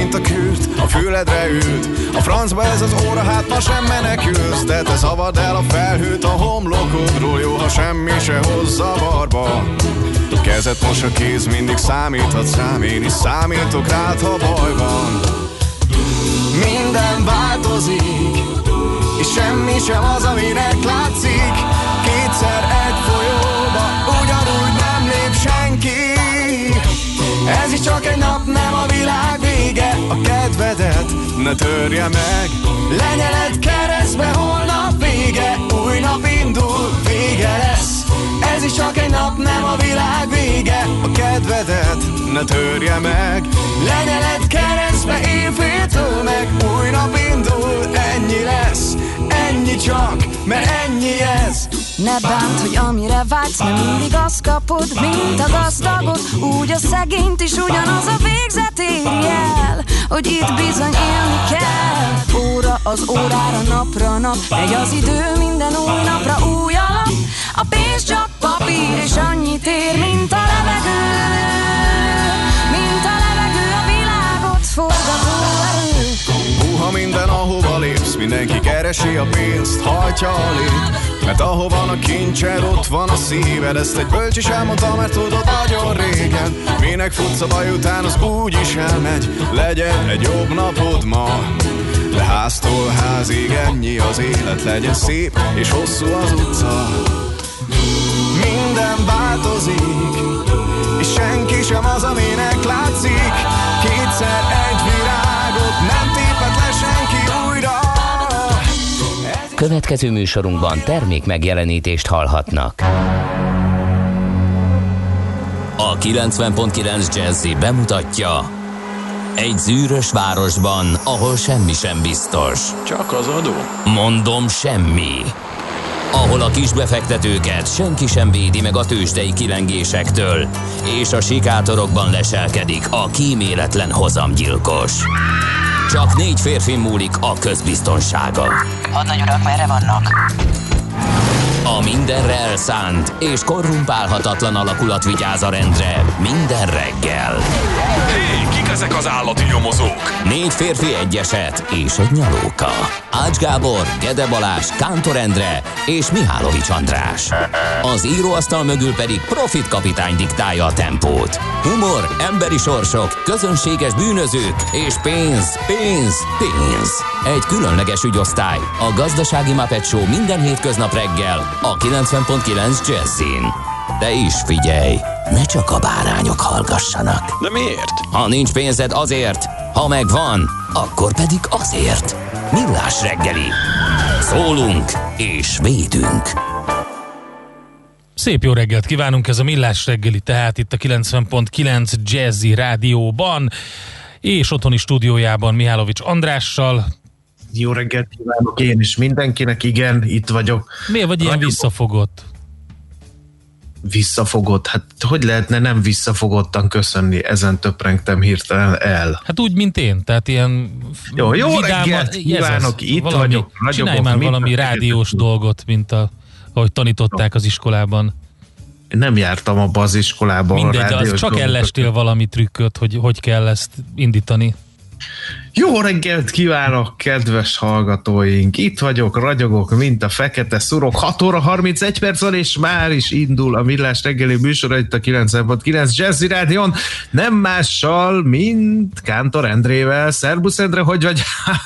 mint a kürt, a füledre ült. A francba ez az óra, hát ma sem menekülsz, de te szabad el a felhőt a homlokodról, jó, ha semmi se hoz zavarba. Kezet mos a kéz, mindig számíthatsz rám, én is számítok rád, ha baj van. Minden változik, és semmi sem az, aminek látszik. Kétszer egy folyóba, ugyanúgy nem lép senki. Ez is csak egy nap, nem a világ vége. A kedvedet ne törje meg, lenyeled keresztbe, holnap vége. Új nap indul, vége lesz. Ez is csak egy nap, nem a világ vége. A kedvedet ne törje meg, lenyeled keresztbe, éjféltől meg. Új nap indul, ennyi lesz, ennyi csak, mert ennyi ez. Ne bánt, hogy amire vágysz, nem mindig azt kapod, mint a gazdagot. Úgy a szegényt is ugyanaz a végzet éri el, hogy itt bizony élni kell. Óra az órára, napra nap, megy az idő, minden új napra új alap. A pénz csak papír, és annyit ér, mint a levegő. Mint a levegő, a világot forgató erő. Ha minden, ahova lépsz, mindenki keresi a pénzt, hajtja a lét. Mert ahol van a kincsed, ott van a szíved. Ezt egy bölcs is elmondta, mert tudod nagyon régen. Minek futsz a baj után, az úgy is elmegy. Legyen egy jobb napod ma, de háztól házig ennyi az élet. Legyen szép és hosszú az utca. Minden változik, és senki sem az, aminek látszik. Kétszer egy virágot nem tépett le senki újra. Következő műsorunkban termék megjelenítést hallhatnak. A 90.9 Jazzy bemutatja: egy zűrös városban, ahol semmi sem biztos. Csak az adó? Mondom, semmi. Ahol a kisbefektetőket senki sem védi meg a tőzsdei kilengésektől, és a sikátorokban leselkedik a kíméletlen hozamgyilkos. Csak 4 férfi múlik a közbiztonsága. Hadnagy urak, merre vannak? A mindenre elszánt és korrumpálhatatlan alakulat vigyáz a rendre minden reggel. Hé, kik ezek az állati nyomozók? 4 férfi, egy eset és egy nyalóka. Ács Gábor, Gede Balázs, Kántor Endre és Mihálovics András. Az íróasztal mögül pedig Profit kapitány diktálja a tempót. Humor, emberi sorsok, közönséges bűnözők és pénz, pénz, pénz. Egy különleges ügyosztály, a Gazdasági Muppet Show minden hétköznap reggel a 90.9 Jazzin. De is figyelj, ne csak a bárányok hallgassanak. De miért? Ha nincs pénzed, azért, ha megvan, akkor pedig azért. Millás reggeli. Szólunk és védünk. Szép jó reggelt kívánunk, ez a Millás reggeli, tehát itt a 90.9 Jazzy Rádióban, és otthoni stúdiójában Mihálovics Andrással. Jó reggelt kívánok én is mindenkinek, igen, itt vagyok. Miért vagy ilyen visszafogott? Visszafogott? Hát hogy lehetne nem visszafogottan köszönni? Ezen töprengtem hirtelen el. Hát úgy, mint én, tehát ilyen... Jó reggelt kívánok, itt valami, vagyok. Csinálj már valami rádiós dolgot, mint ahogy tanították az iskolában. Nem jártam abba az iskolában. Mindegy, az csak ellestél valami trükköt, hogy kell ezt indítani. Jó reggelt kívánok, kedves hallgatóink! Itt vagyok, ragyogok, mint a fekete szurok. 6 óra 31 perc van, és már is indul a Millás reggeli műsora itt a 90.9 Jazzy Rádion. Nem mással, mint Kántor Endrével. Szerbusz Endre, hogy vagy?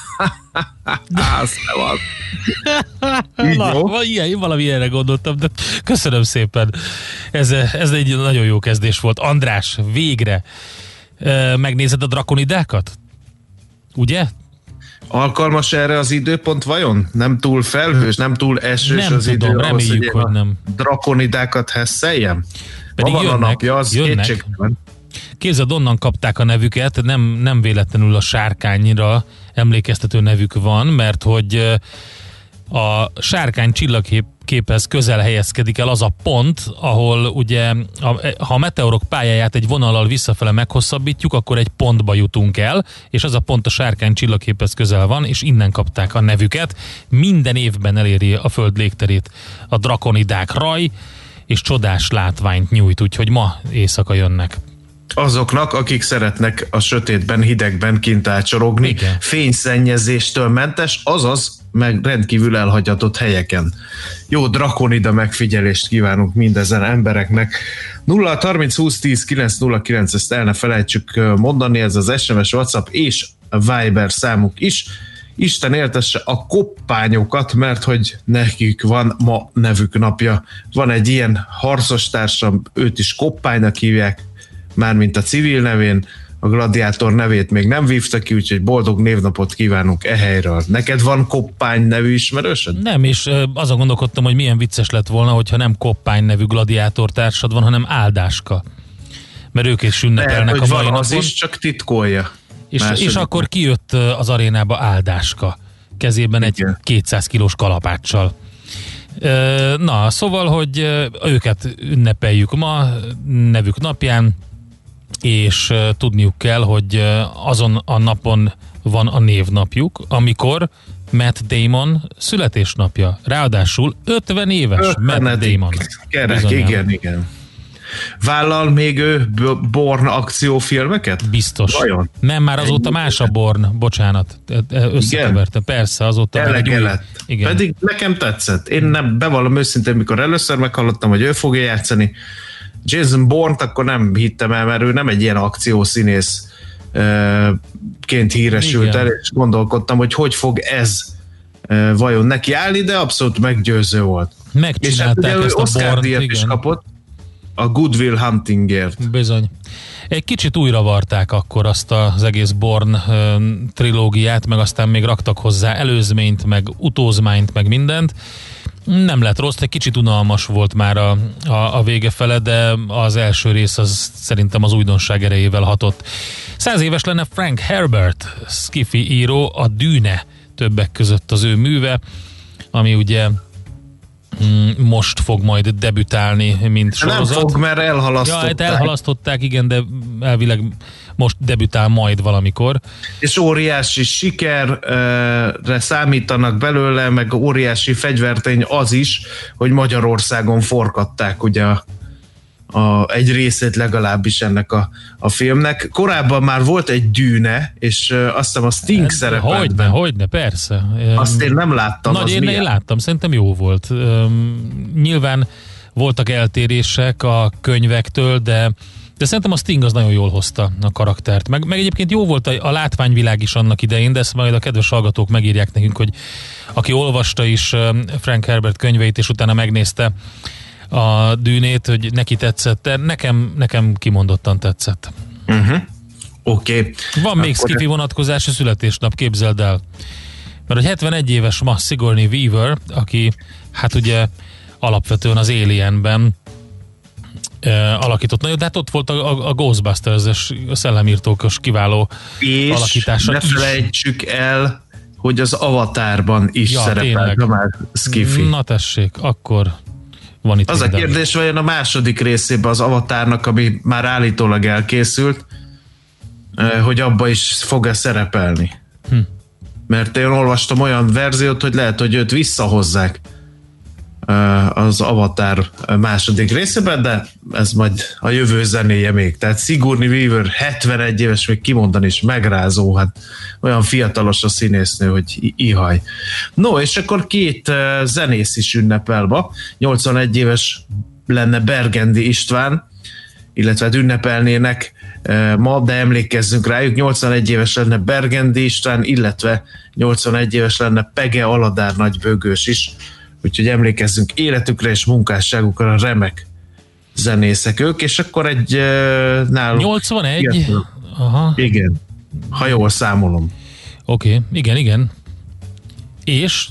Én valami ilyenre gondoltam, de köszönöm szépen. Ez egy nagyon jó kezdés volt. András, végre megnézed a drakonidákat? Ugye? Alkalmas erre az időpont vajon? Nem túl felhős, nem túl esős nem az tudom, idő? reméljük, hogy nem. Drakonidákat hesszeljem? Pedig van jönnek, a napja, az kétségtelen. Képzeld, onnan kapták a nevüket, nem véletlenül a sárkányra emlékeztető nevük van, mert hogy a sárkány csillagképhez közel helyezkedik el az a pont, ahol ugye, ha a meteorok pályáját egy vonallal visszafele meghosszabbítjuk, akkor egy pontba jutunk el, és az a pont a sárkány csillagképhez közel van, és innen kapták a nevüket. Minden évben eléri a Föld légterét a drakonidák raj, és csodás látványt nyújt, úgyhogy ma éjszaka jönnek. azoknak, akik szeretnek a sötétben, hidegben kint átcsorogni, igen, fényszennyezéstől mentes, azaz meg rendkívül elhagyatott helyeken. Jó drakonida megfigyelést kívánunk mindezen embereknek. 0-30 20 10 909, ezt el ne felejtsük mondani, ez az SMS, WhatsApp és a Viber számuk is. Isten éltesse a koppányokat, mert hogy nekik van ma nevük napja. Van egy ilyen harcos társam, őt is koppánynak hívják, mármint a civil nevén, a gladiátor nevét még nem vívta ki, úgyhogy boldog névnapot kívánunk e helyről. Neked van koppány nevű ismerősöd? Nem, és azon gondolkodtam, hogy milyen vicces lett volna, hogyha nem koppány nevű gladiátor társad van, hanem Áldáska. Mert ők is ünnepelnek a mai napon. Az is, csak titkolja. És akkor kijött az arénába Áldáska, kezében egy 200 kilós kalapáccsal. Na, szóval, hogy őket ünnepeljük ma, nevük napján, és tudniuk kell, hogy azon a napon van a névnapjuk, amikor Matt Damon születésnapja. Ráadásul 50 éves Matt Damon. Kerek, igen. Vállal még ő Bourne akciófilmeket? Biztos. Vajon? Nem, már azóta más a Bourne, bocsánat. Összekevertem, persze, azóta elege lett. Igen. Pedig nekem tetszett. Én nem bevallom őszintén, mikor először meghallottam, hogy ő fogja játszani Jason Bourne-t, akkor nem hittem el, mert ő nem egy ilyen akciószínész ként híresült el, és gondolkodtam, hogy fog ez vajon neki állni, de abszolút meggyőző volt. Megcsinálták és ezt a Oscar-díjat is kapott a Good Will Huntingért. Bizony. Egy kicsit újra varták akkor azt az egész Bourne trilógiát, meg aztán még raktak hozzá előzményt, meg utózmányt, meg mindent. Nem lett rossz, egy kicsit unalmas volt már a vége fele, de az első rész az szerintem az újdonság erejével hatott. 100 éves lenne Frank Herbert, sci-fi író, a Dűne többek között az ő műve, ami ugye most fog majd debütálni, mint sorozat. Nem fog, mert elhalasztották. Ja, elhalasztották, igen, de elvileg most debütál majd valamikor. És óriási sikerre számítanak belőle, meg óriási fegyvertény az is, hogy Magyarországon forgatták ugye egy részét legalábbis ennek a filmnek. Korábban már volt egy Dűne, és azt hiszem a Sting szerepelt. Hogyne, persze. Azt én nem láttam. Én láttam, szerintem jó volt. Nyilván voltak eltérések a könyvektől, de szerintem a Sting az nagyon jól hozta a karaktert. Meg egyébként jó volt a látványvilág is annak idején, de ezt majd a kedves hallgatók megírják nekünk, hogy aki olvasta is Frank Herbert könyveit, és utána megnézte a Dűnét, hogy neki tetszett. Nekem kimondottan tetszett. Oké. Van még sci-fi vonatkozás a születésnap, képzeld el. Mert hogy 71 éves ma Sigourney Weaver, aki hát ugye alapvetően az Alienben alakított. Na jó, de hát ott volt a Ghostbusters-es szellemírtókos kiváló és alakítása. És ne felejtsük el, hogy az Avatarban is szerepel, de már sci-fi. Na tessék, akkor van itt az minden. A kérdés, vajon a második részében az Avatarnak, ami már állítólag elkészült, hogy abba is fog-e szerepelni. Mert én olvastam olyan verziót, hogy lehet, hogy őt visszahozzák az Avatar második részében, de ez majd a jövő zenéje még. Tehát Sigourney Weaver 71 éves, még kimondani is megrázó, hát olyan fiatalos a színésznő, hogy ihaj. No, és akkor két zenész is ünnepel ma. 81 éves lenne Bergendi István, illetve hát ünnepelnének ma, de emlékezzünk rájuk, 81 éves lenne Bergendi István, illetve 81 éves lenne Pege Aladár nagybőgős is, úgyhogy emlékezzünk életükre és munkásságukra, remek zenészek ők, és akkor egy náluk... 81? Aha. Igen, ha jól számolom. Oké, igen. És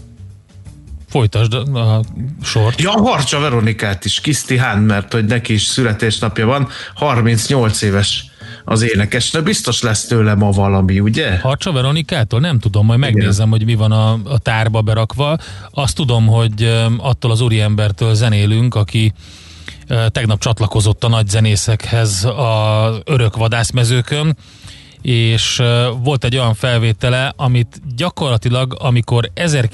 folytasd a sort. Ja, Harcsa Veronikát is, Kiszti Hán, mert hogy neki is születésnapja van, 38 éves az énekesnő, biztos lesz tőle ma valami, ugye? Harcsa Veronikától? Nem tudom, majd megnézem, hogy mi van a tárba berakva. Azt tudom, hogy attól az úriembertől zenélünk, aki tegnap csatlakozott a nagy zenészekhez az Örök vadászmezőkön, és volt egy olyan felvétele, amit gyakorlatilag, amikor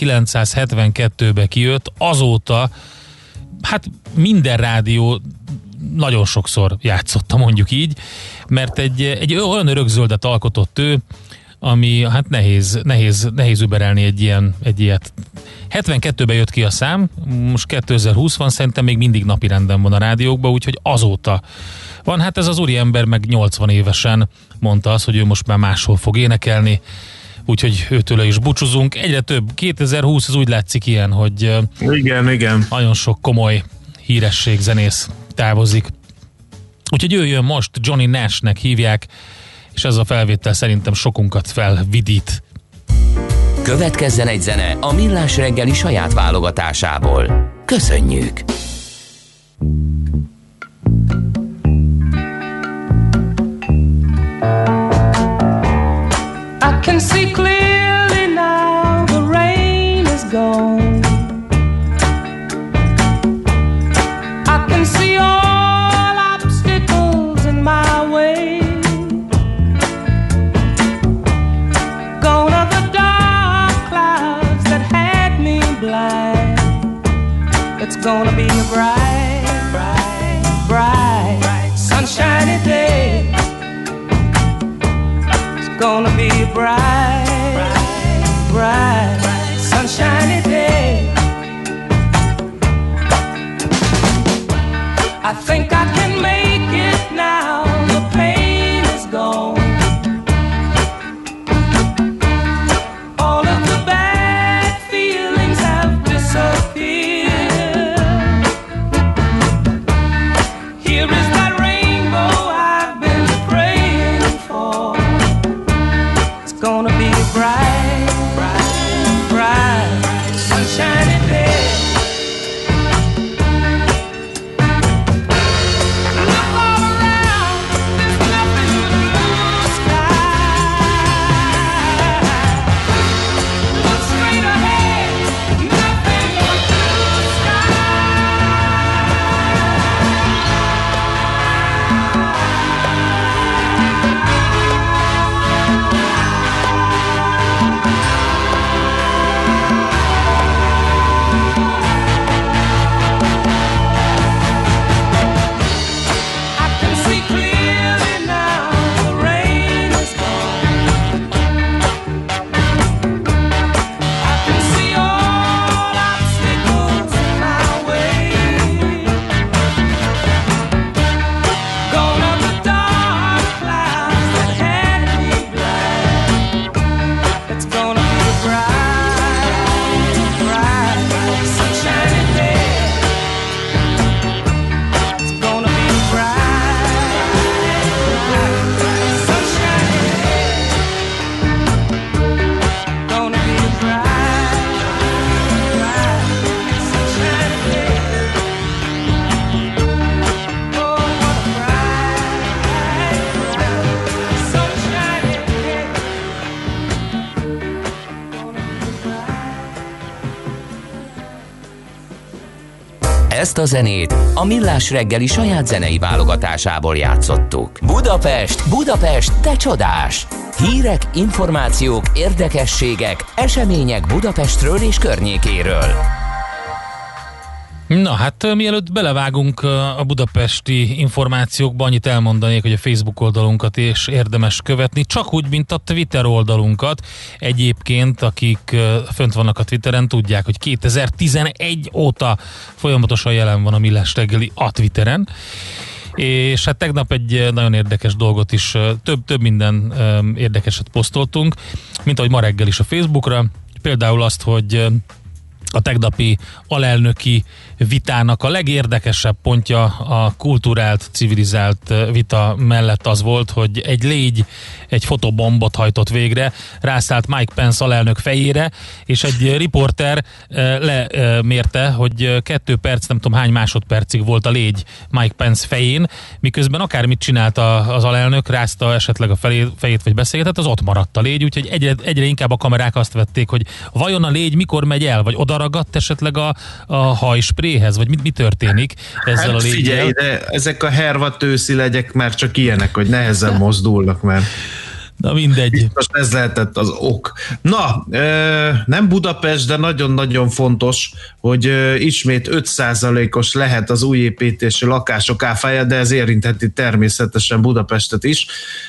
1972-ben kijött, azóta hát minden rádió nagyon sokszor játszotta, mondjuk így, mert egy olyan örökzöldet alkotott ő, ami hát nehéz überelni egy ilyet. 72-ben jött ki a szám, most 2020 van, szerintem még mindig napirenden van a rádiókban, úgyhogy azóta van. Hát ez az úriember meg 80 évesen mondta azt, hogy ő most már máshol fog énekelni, úgyhogy őtől is búcsúzunk. Egyre több. 2020 az úgy látszik ilyen, hogy igen. nagyon sok komoly híresség, zenész távozik. Úgyhogy ő jön most, Johnny Nashnek hívják, és ez a felvétel szerintem sokunkat felvidít. Következzen egy zene a Millás reggeli saját válogatásából. Köszönjük! I can see clearly now, the rain is gone. I can see all obstacles in my way. Gone are the dark clouds that had me blind. It's gonna be a bright, sunshiny day. Gonna be a bright, sunshiny day. I think I can make it now. The pain is gone. All of the bad feelings have disappeared. Here is that rainbow I've been praying for. Gonna be a bright, sunshiny day. Look all around, there's nothing but blue sky. Look straight ahead, nothing but blue Ezt a zenét a Millás reggeli saját zenei válogatásából játszottuk. Budapest, te csodás! Hírek, információk, érdekességek, események Budapestről és környékéről. Na hát, mielőtt belevágunk a budapesti információkba, annyit elmondanék, hogy a Facebook oldalunkat is érdemes követni, csak úgy, mint a Twitter oldalunkat. Egyébként, akik fönt vannak a Twitteren, tudják, hogy 2011 óta folyamatosan jelen van a Millás reggeli a Twitteren. És hát tegnap egy nagyon érdekes dolgot is, több minden érdekeset posztoltunk, mint ahogy ma reggel is a Facebookra. Például azt, hogy a tegnapi alelnöki vitának a legérdekesebb pontja a kulturált, civilizált vita mellett az volt, hogy egy légy egy fotobombot hajtott végre, rászállt Mike Pence alelnök fejére, és egy riporter lemérte, hogy 2 perc, nem tudom hány másodpercig volt a légy Mike Pence fején, miközben akármit csinált az alelnök, rázta esetleg a fejét vagy beszélgetett, az ott maradt a légy, úgyhogy egyre inkább a kamerák azt vették, hogy vajon a légy mikor megy el, vagy odaragadt esetleg a hajspréhez, vagy mi történik ezzel a légyel? Figyelj, de ezek a hervat őszi legyek már csak ilyenek, hogy nehezen mozdulnak már. Na mindegy. Most ez lehetett az ok. Na, nem Budapest, de nagyon-nagyon fontos, hogy ismét 5%-os lehet az új építési lakások áfája, de ez érintheti természetesen Budapestet is.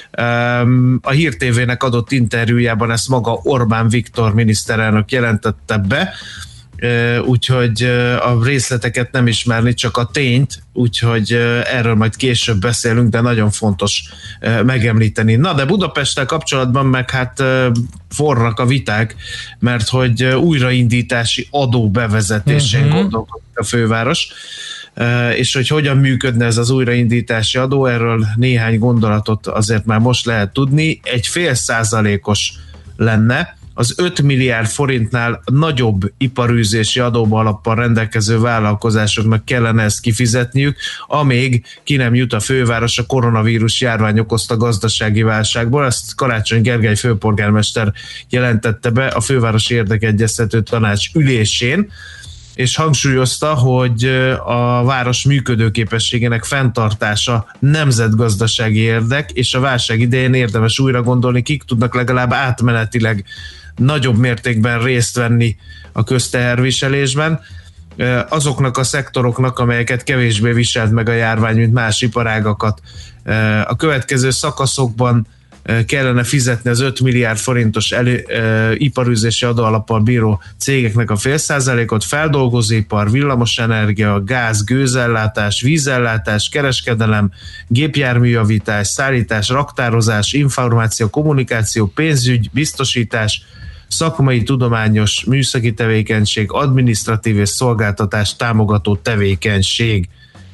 A Hír TV-nek adott interjújában ezt maga Orbán Viktor miniszterelnök jelentette be, úgyhogy a részleteket nem ismerni, csak a tényt, úgyhogy erről majd később beszélünk, de nagyon fontos megemlíteni. Na, de Budapesttel kapcsolatban meg hát forrak a viták, mert hogy újraindítási adó bevezetésén gondolkodik a főváros, és hogy hogyan működne ez az újraindítási adó, erről néhány gondolatot azért már most lehet tudni. 0,5%-os lenne, az 5 milliárd forintnál nagyobb iparűzési adóalappal rendelkező vállalkozásoknak kellene ezt kifizetniük, amíg ki nem jut a főváros a koronavírus járvány okozta gazdasági válságból. Ezt Karácsony Gergely főpolgármester jelentette be a fővárosi érdekegyeztető tanács ülésén, és hangsúlyozta, hogy a város működőképességének fenntartása nemzetgazdasági érdek, és a válság idején érdemes újra gondolni, kik tudnak legalább átmenetileg nagyobb mértékben részt venni a közteherviselésben. Azoknak a szektoroknak, amelyeket kevésbé viselt meg a járvány, mint más iparágakat. A következő szakaszokban kellene fizetni az 5 milliárd forintos iparűzési adóalappal bíró cégeknek a 0,5%-ot, feldolgozóipar, villamosenergia, gáz, gőzellátás, vízellátás, kereskedelem, gépjárműjavítás, szállítás, raktározás, információ, kommunikáció, pénzügy, biztosítás, szakmai, tudományos, műszaki tevékenység, adminisztratív és szolgáltatás támogató tevékenység.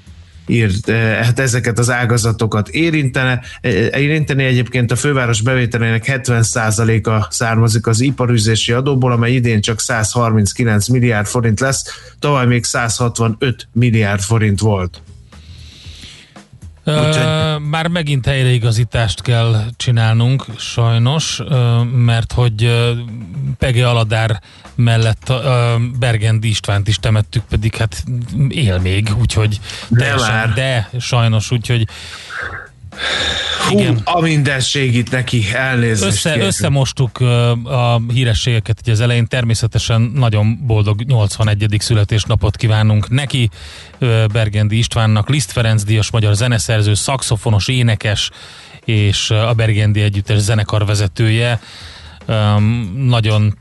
Hát ezeket az ágazatokat érinteni. Egyébként a főváros bevételének 70%-a származik az iparűzési adóból, amely idén csak 139 milliárd forint lesz, tavaly még 165 milliárd forint volt. Már megint helyreigazítást kell csinálnunk, sajnos, mert hogy Pege Aladár mellett Bergendi Istvánt is temettük, pedig hát él még, úgyhogy de sajnos, úgyhogy igen. A mindenség itt neki, elnézést. Összemostuk a hírességeket ugye az elején, természetesen nagyon boldog 81. születésnapot kívánunk neki, Bergendi Istvánnak, Liszt Ferenc díjas magyar zeneszerző, szaxofonos, énekes és a Bergendi Együttes zenekarvezetője. Nagyon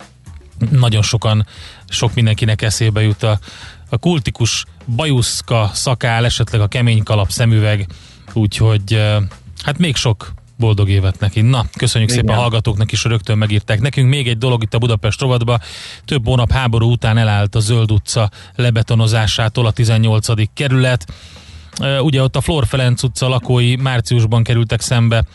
sok mindenkinek eszébe jut a kultikus bajuszka, szakál, esetleg a kemény kalap, szemüveg, úgyhogy hát még sok boldog évet neki. Na, köszönjük szépen a hallgatóknak is, rögtön megírták nekünk. Még egy dolog itt a Budapest rovatban. Több hónap háború után elállt a Zöld utca lebetonozásától a 18. kerület. Ugye ott a Flór Ferenc utca lakói márciusban kerültek szembe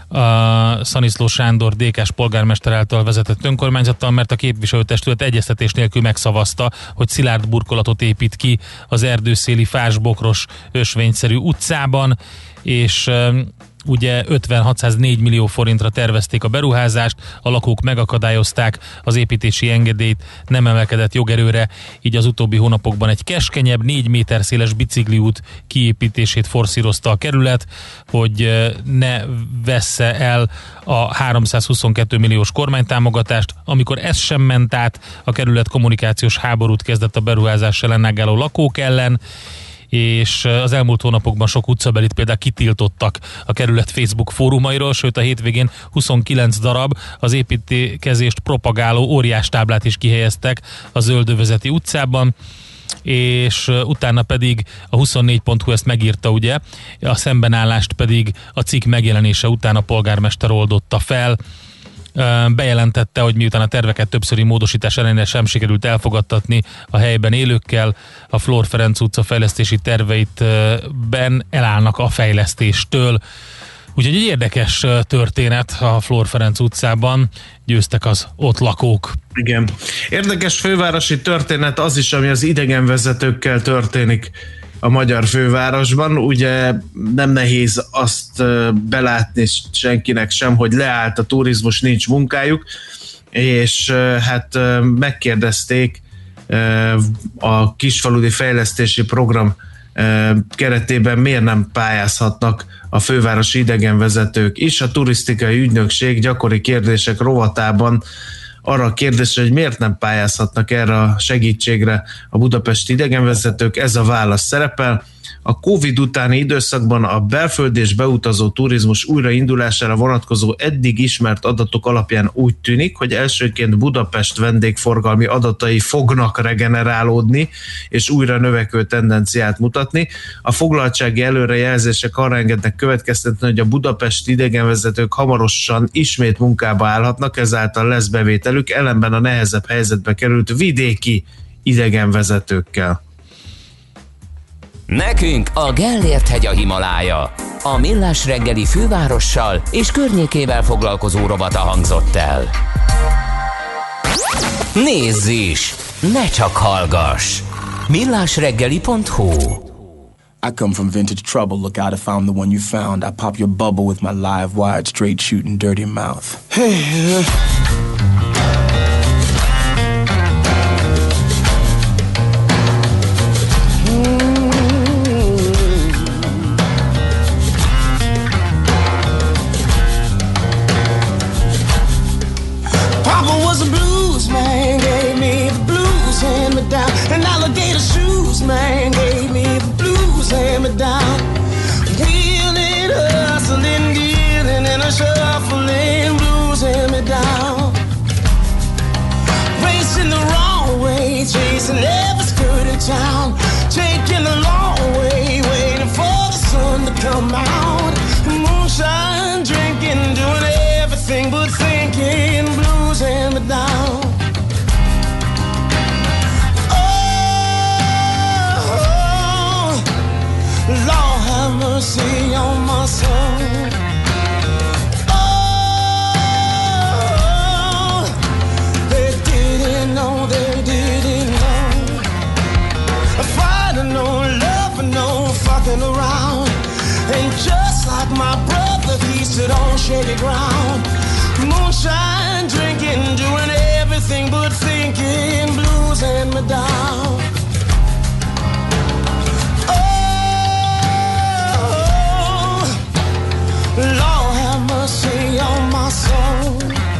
a Szaniszló Sándor DK-s polgármester által vezetett önkormányzattal, mert a képviselőtestület egyeztetés nélkül megszavazta, hogy szilárd burkolatot épít ki az erdőszéli fásbokros ösvényszerű utcában, és ugye 50-604 millió forintra tervezték a beruházást, a lakók megakadályozták az építési engedélyt, nem emelkedett jogerőre, így az utóbbi hónapokban egy keskenyebb, 4 méter széles bicikliút kiépítését forszírozta a kerület, hogy ne vessze el a 322 milliós kormánytámogatást. Amikor ez sem ment át, a kerület kommunikációs háborút kezdett a beruházás ellen álló lakók ellen, és az elmúlt hónapokban sok utcabelit például kitiltottak a kerület Facebook fórumairól, sőt a hétvégén 29 darab az építkezést propagáló óriás táblát is kihelyeztek a Zöldövezeti utcában, és utána pedig a 24.hu ezt megírta, ugye, a szembenállást pedig a cikk megjelenése után a polgármester oldotta fel. Bejelentette, hogy miután a terveket többszöri módosítás ellenére sem sikerült elfogadtatni a helyben élőkkel, a Flór Ferenc utca fejlesztési terveitben elállnak a fejlesztéstől. Úgyhogy egy érdekes történet a Flór Ferenc utcában, győztek az ott lakók. Igen. Érdekes fővárosi történet az is, ami az idegenvezetőkkel történik a magyar fővárosban. Ugye nem nehéz azt belátni senkinek sem, hogy leállt a turizmus, nincs munkájuk, és hát megkérdezték a Kisfaludy Fejlesztési Program keretében miért nem pályázhatnak a fővárosi idegenvezetők is. A turisztikai ügynökség gyakori kérdések rovatában arra a kérdésre, hogy miért nem pályázhatnak erre a segítségre a budapesti idegenvezetők, ez a válasz szerepel. A Covid utáni időszakban a belföldi és beutazó turizmus újraindulására vonatkozó eddig ismert adatok alapján úgy tűnik, hogy elsőként Budapest vendégforgalmi adatai fognak regenerálódni és újra növekvő tendenciát mutatni. A foglaltsági előrejelzések arra engednek következtetni, hogy a budapesti idegenvezetők hamarosan ismét munkába állhatnak, ezáltal lesz bevételük, ellenben a nehezebb helyzetbe került vidéki idegenvezetőkkel. Nekünk a Gellért-hegy a Himalája. A Millás reggeli fővárossal és környékével foglalkozó rovata hangzott el. Nézz is! Ne csak hallgass! millásreggeli.hu I come from vintage trouble, look out, I found the one you found. I pop your bubble with my live wired straight shooting dirty mouth. Hey, and alligator shoes, man, gave me the blues, hand me down. Wheeling, hustling, dealing, and a shuffling, blues, hand me down. Racing the wrong way, chasing every skirt in town, taking the long way, waiting for the sun to come out. Moonshine, drinking, doing everything but thinking, blues, hand me down. Lord have mercy on my soul. Oh, they didn't know, they didn't know. Fighting, no love, no fucking around. And just like my brother, he stood on shady ground. Moonshine, drinking, doing everything but thinking, blues and me down. Lord have mercy on my soul.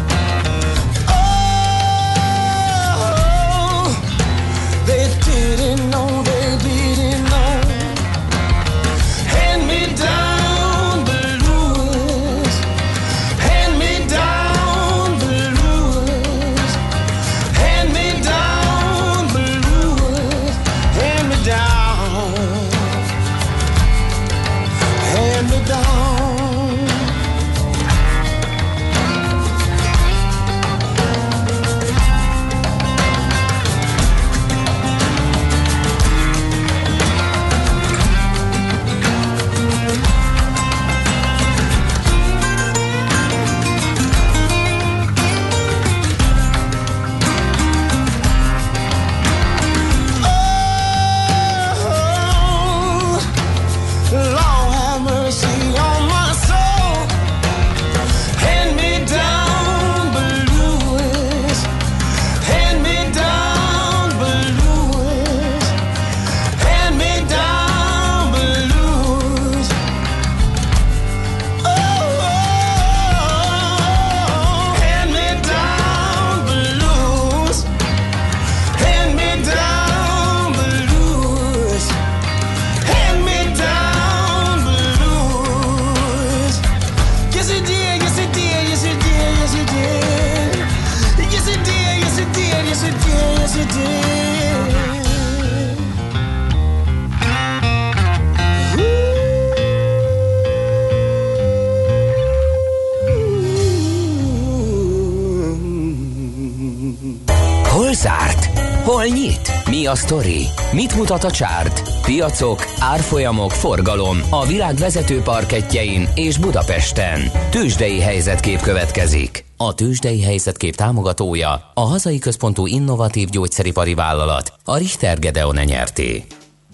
Oh, they didn't know, they didn't know. Hand me down blues, hand me down blues, hand me down blues, hand me down, hand me down. Hol zárt? Hol nyit? Mi a sztori? Mit mutat a csárt? Piacok, árfolyamok, forgalom a világ vezető parkettjein és Budapesten. Tőzsdei helyzetkép következik. A Tőzsdei helyzetkép támogatója a hazai központú innovatív gyógyszeripari vállalat, a Richter Gedeon nyerté.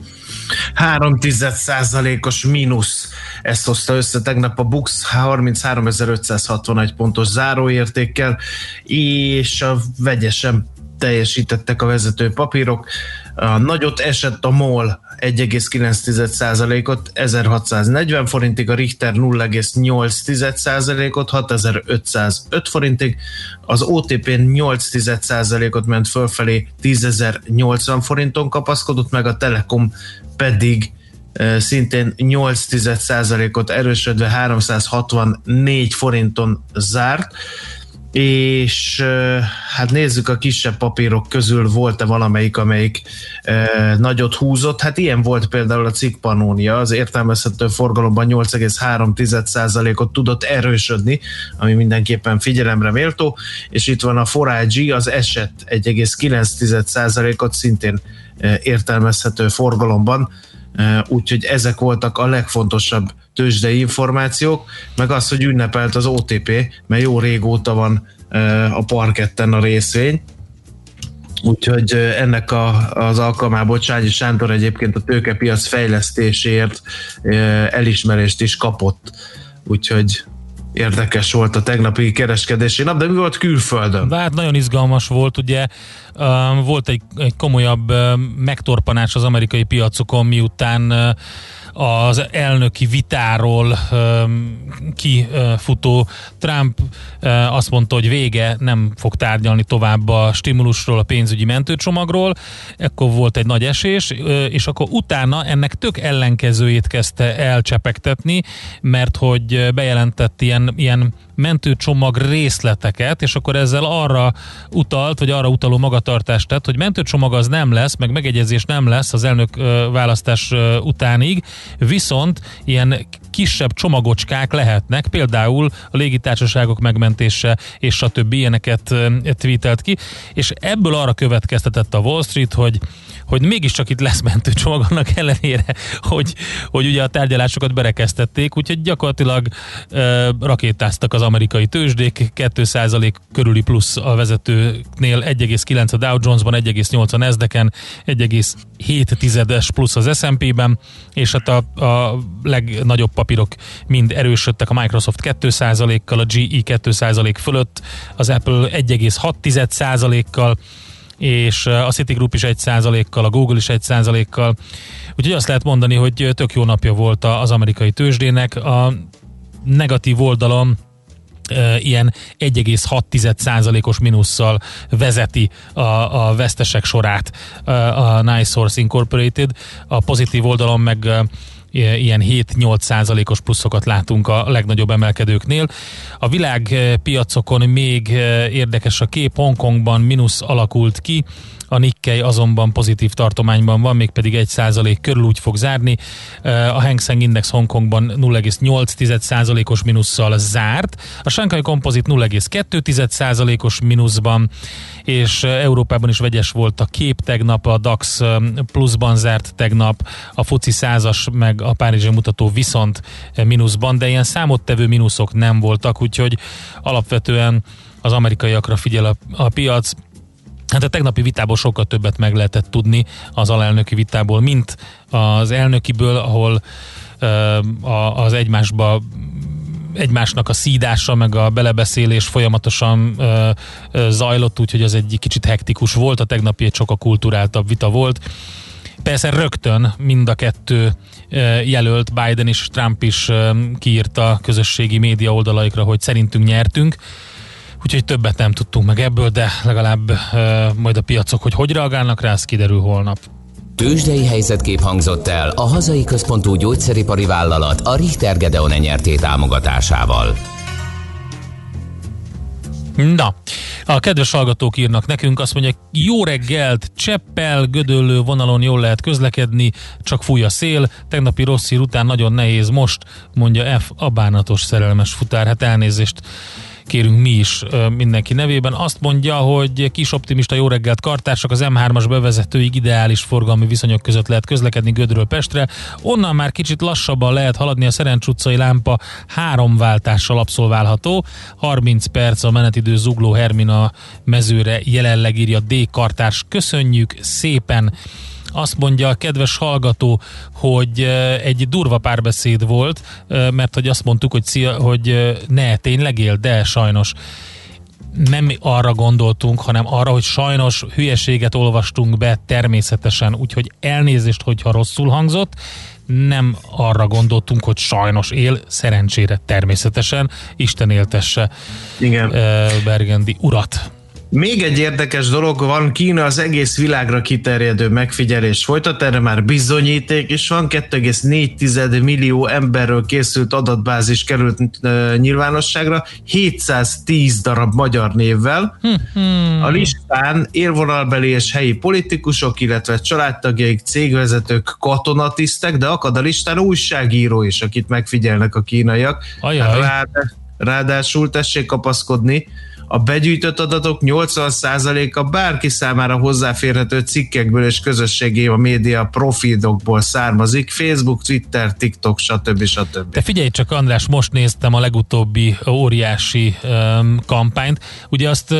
0,3%-os mínusz. Ezt hozta össze tegnap a BUX 33.561 pontos záróértékkel, és a vegyesen teljesítettek a vezető papírok. A nagyot esett a MOL 1,9%-ot 1640 forintig, a Richter 0,8%-ot 6505 forintig, az OTP 8%-ot ment fölfelé 10.080 forinton kapaszkodott meg, a Telekom pedig szintén 8%-ot erősödve 364 forinton zárt, és hát nézzük, a kisebb papírok közül volt-e valamelyik, amelyik nagyot húzott. Hát ilyen volt például a Cikk Pannónia, az értelmezhető forgalomban 8,3%-ot tudott erősödni, ami mindenképpen figyelemre méltó, és itt van a 4IG, az esett 1,9%-ot szintén értelmezhető forgalomban, úgyhogy ezek voltak a legfontosabb tőzsdei információk, meg az, hogy ünnepelt az OTP, mert jó régóta van a parketten a részvény, úgyhogy ennek az alkalmából Csányi Sándor egyébként a tőkepiac fejlesztéséért elismerést is kapott, úgyhogy érdekes volt a tegnapi kereskedési nap, de mi volt külföldön? De hát nagyon izgalmas volt, ugye volt egy komolyabb megtorpanás az amerikai piacokon, miután az elnöki vitáról kifutó Trump azt mondta, hogy vége, nem fog tárgyalni tovább a stimulusról, a pénzügyi mentőcsomagról, ekkor volt egy nagy esés, és akkor utána ennek tök ellenkezőjét kezdte elcsepegtetni, mert hogy bejelentett ilyen mentőcsomag részleteket, és akkor ezzel arra utalt, vagy arra utaló magatartást tett, hogy mentőcsomag az nem lesz, meg megegyezés nem lesz az elnök választás utánig, viszont ilyen kisebb csomagocskák lehetnek, például a légitársaságok megmentése, és stb. Ilyeneket tweetelt ki, és ebből arra következtetett a Wall Street, hogy mégiscsak itt lesz mentőcsomag, annak ellenére, hogy ugye a tárgyalásokat berekeztették, úgyhogy gyakorlatilag rakétáztak az amerikai tőzsdék, 2% körüli plusz a vezetőknél, 1,9 a Dow Jonesban, 1,8 a Nasdaqen, 1,7 plusz az S&P-ben, és hát a legnagyobb papírok mind erősödtek, a Microsoft 2%-kal, a GE 2% fölött, az Apple 1,6%-kal, és a Citigroup is 1%-kal, a Google is 1%-kal. Úgyhogy azt lehet mondani, hogy tök jó napja volt az amerikai tőzsdének. A negatív oldalon ilyen 1,6%-os mínusszal vezeti a vesztesek sorát a NiceSource Incorporated. A pozitív oldalon meg ilyen 7-8%-os pluszokat látunk a legnagyobb emelkedőknél. A világpiacokon még érdekes a kép, Hongkongban mínusz alakult ki, a Nikkei azonban pozitív tartományban van, mégpedig 1% körül úgy fog zárni. A Hang Seng Index Hongkongban 0,8%-os mínusszal zárt, a Shanghai Composite 0,2%-os mínuszban, és Európában is vegyes volt a kép tegnap, a DAX pluszban zárt tegnap, a FTSE 100-as meg a párizsi mutató viszont mínuszban, de ilyen számottevő mínuszok nem voltak, úgyhogy alapvetően az amerikaiakra figyel a piac. Hát a tegnapi vitából sokkal többet meg lehetett tudni az alelnöki vitából, mint az elnökiből, ahol az egymásnak a szídása, meg a belebeszélés folyamatosan zajlott, úgyhogy az egy kicsit hektikus volt, a tegnapi egy sokkal kulturáltabb vita volt. Persze rögtön mind a kettő jelölt, Biden és Trump is kiírta a közösségi média oldalaikra, hogy szerintünk nyertünk, úgyhogy többet nem tudtunk meg ebből, de legalább majd a piacok, hogy reagálnak rá, ez kiderül holnap. Tőzsdei helyzetkép hangzott el a hazai központú gyógyszeripari vállalat a Richter Gedeon Enyerté támogatásával. Na, a kedves hallgatók írnak nekünk, azt mondják, jó reggelt, Cseppel, Gödöllő vonalon jól lehet közlekedni, csak fúj a szél, tegnapi rossz hír után nagyon nehéz most, mondja F, a bánatos szerelmes futár. Hát elnézést kérünk mi is mindenki nevében. Azt mondja, hogy kis optimista, jó reggelt kartársak, az M3-as bevezetőig ideális forgalmi viszonyok között lehet közlekedni Gödről Pestre. Onnan már kicsit lassabban lehet haladni, a Szerencs utcai lámpa 3 váltással abszolválható. 30 perc a menetidő Zugló Hermina mezőre jelenleg, írja D. kartárs. Köszönjük szépen! Azt mondja a kedves hallgató, hogy egy durva párbeszéd volt, mert hogy azt mondtuk, hogy ne, tényleg él, de sajnos. nem arra gondoltunk, hanem arra, hogy sajnos hülyeséget olvastunk be természetesen, úgyhogy elnézést, hogyha rosszul hangzott, nem arra gondoltunk, hogy sajnos él, szerencsére természetesen, Isten éltesse Bergendi urat. Még egy érdekes dolog van, Kína az egész világra kiterjedő megfigyelés folytat, erre már bizonyíték is van, 2,4 millió emberről készült adatbázis került nyilvánosságra, 710 darab magyar névvel. A listán élvonalbeli és helyi politikusok, illetve családtagjaik, cégvezetők, katonatisztek, de akad a listán újságíró is, akit megfigyelnek a kínaiak. Ráadásul tessék kapaszkodni, a begyűjtött adatok 80%-a bárki számára hozzáférhető cikkekből és közösségi a média profilokból származik, Facebook, Twitter, TikTok, stb. Te figyelj csak, András, most néztem a legutóbbi óriási kampányt. Ugye azt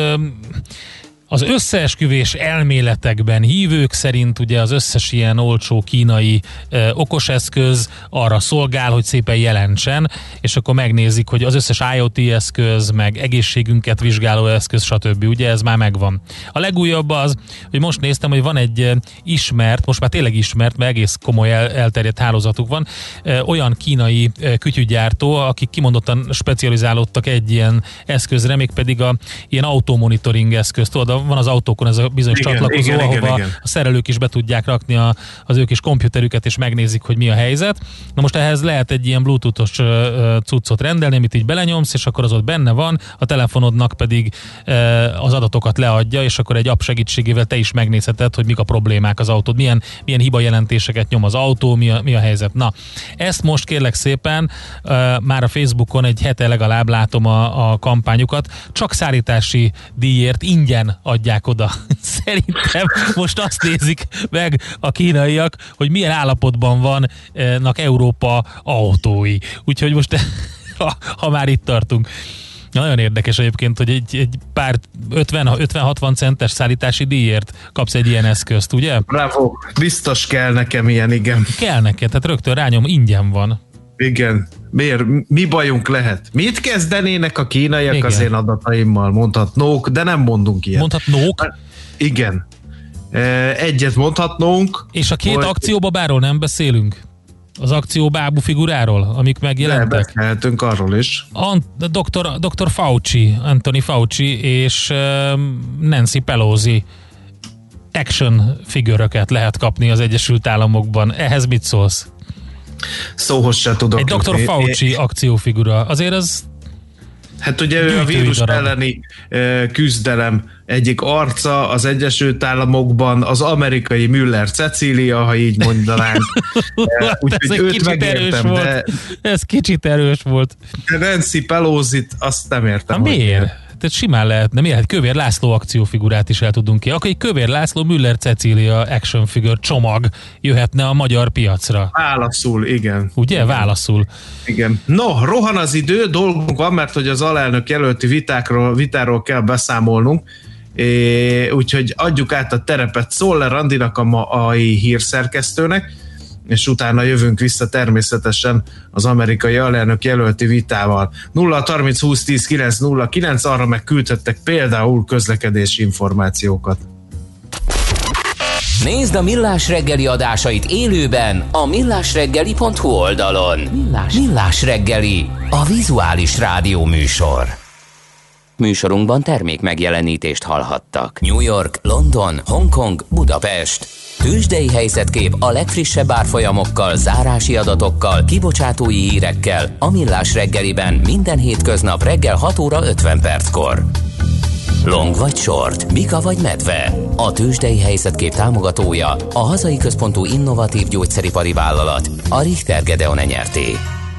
az összeesküvés elméletekben hívők szerint ugye az összes ilyen olcsó kínai okoseszköz arra szolgál, hogy szépen jelentsen, és akkor megnézik, hogy az összes IoT eszköz, meg egészségünket vizsgáló eszköz, stb. Ugye ez már megvan. A legújabb az, hogy most néztem, hogy van egy ismert, most már tényleg ismert, mert egész komoly elterjedt hálózatuk van, olyan kínai kütyügyártó, akik kimondottan specializálódtak egy ilyen eszközre, mégpedig ilyen automonitoring eszközt. Tudod, van az autókon ez a bizonyos csatlakozó, ahova a szerelők is be tudják rakni az ő kis kompjúterüket, és megnézik, hogy mi a helyzet. Na most ehhez lehet egy ilyen bluetoothos cuccot rendelni, amit így belenyomsz, és akkor az ott benne van, a telefonodnak pedig az adatokat leadja, és akkor egy app segítségével te is megnézheted, hogy mik a problémák az autód, milyen hibajelentéseket nyom az autó, mi a helyzet. Na, ezt most kérlek szépen, már a Facebookon egy hete legalább látom a kampányukat, csak szállítási díjért ingyen adják oda. Szerintem most azt nézik meg a kínaiak, hogy milyen állapotban vannak Európa autói. Úgyhogy most, ha már itt tartunk. Nagyon érdekes egyébként, hogy egy pár 50-60 centes szállítási díjért kapsz egy ilyen eszközt, ugye? Bravo, biztos kell nekem ilyen, igen. Kell neked, tehát rögtön rányom, ingyen van. Igen. Miért? Mi bajunk lehet? Mit kezdenének a kínaiak igen. Az én adataimmal? Mondhatnók, de nem mondunk ilyet. Mondhatnók? Igen. Egyet mondhatnónk. És a két akcióba bárról nem beszélünk? Az akcióbábú figuráról, amik megjelentek? De beszélhetünk arról is. Dr. Fauci, Anthony Fauci és Nancy Pelosi action figüröket lehet kapni az Egyesült Államokban. Ehhez mit szólsz? Szóhoz se tudok. Egy Dr. Fauci akciófigura. Azért az... Hát ugye ő a vírus elleni küzdelem egyik arca az Egyesült Államokban, az amerikai Müller Cecília, ha így mondanánk. Úgyhogy őt megértem, de... Ez kicsit erős volt. De Nancy Pelosit azt nem értem. Miért? Tehát simán lehetne. Miért? Kövér László akciófigurát is el tudunk ki. Akkor egy Kövér László Müller Cecília action figure csomag jöhetne a magyar piacra. Válaszul, igen. Ugye? Igen. Válaszul. Igen. No, rohan az idő, dolgunk van, mert hogy az alelnök jelölti vitáról kell beszámolnunk. Úgyhogy adjuk át a terepet Szoller Andinak, a mai hírszerkesztőnek, és utána jövünk vissza természetesen az amerikai alelnök jelölti vitával. 0-30-20-10-9-09, arra meg küldhettek például közlekedési információkat. Nézd a Millás reggeli adásait élőben a millásreggeli.hu oldalon. Millás reggeli, a vizuális rádió műsor. Műsorunkban termék megjelenítést hallhattak. New York, London, Hongkong, Budapest. Tőzsdei helyzetkép a legfrissebb árfolyamokkal, zárási adatokkal, kibocsátói hírekkel a Millás reggeliben minden hétköznap reggel 6 óra 50 perckor. Long vagy short, bika vagy medve. A Tőzsdei helyzetkép támogatója a hazai központú innovatív gyógyszeripari vállalat, a Richter Gedeon Nyrt.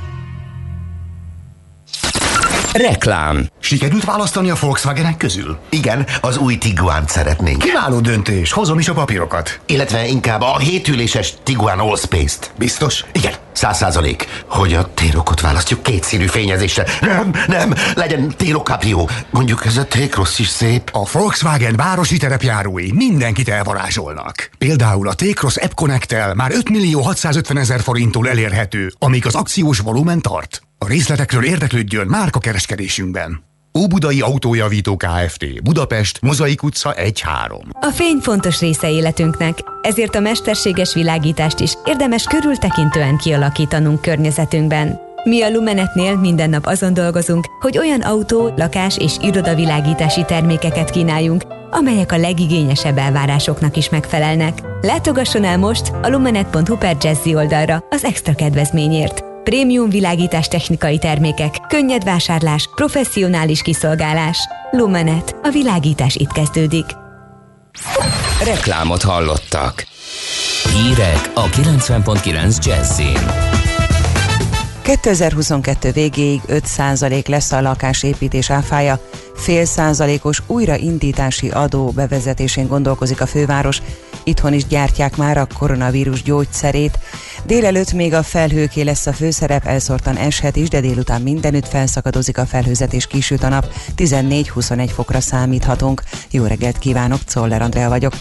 Reklám. Sikerült választani a Volkswagenek közül? Igen, az új Tiguant szeretnénk. Kiváló döntés, hozom is a papírokat. Illetve inkább a 7 üléses Tiguan Allspace-t. Biztos? Igen, 100%. Hogy a T-Rocot választjuk kétszínű fényezéssel. Nem, legyen T-Roc Caprio. Mondjuk ez a T-Cross is szép. A Volkswagen városi terepjárói mindenkit elvarázsolnak. Például a T-Cross App Connect-tel már 5.650.000 forinttól elérhető, amíg az akciós volumen tart. A részletekről érdeklődjön márkakereskedésünkben. Óbudai Autójavító Kft. Budapest, Mozaik utca 1-3. A fény fontos része életünknek, ezért a mesterséges világítást is érdemes körültekintően kialakítanunk környezetünkben. Mi a Lumenetnél minden nap azon dolgozunk, hogy olyan autó, lakás és irodavilágítási termékeket kínáljunk, amelyek a legigényesebb elvárásoknak is megfelelnek. Látogasson el most a lumenet.hu/Jazzy oldalra az extra kedvezményért. Prémium világítás technikai termékek, könnyed vásárlás, professzionális kiszolgálás. Lumenet. A világítás itt kezdődik. Reklámot hallottak. Hírek a 90.9 Jazzyn. 2022 végéig 5% lesz a lakásépítés áfája, 0,5%-os újraindítási adó bevezetésén gondolkozik a főváros. Itthon is gyártják már a koronavírus gyógyszerét. Délelőtt még a felhőké lesz a főszerep, elszórtan eshet is, de délután mindenütt felszakadozik a felhőzet és kisüt a nap. 14-21 fokra számíthatunk. Jó reggelt kívánok, Czoller Andrea vagyok.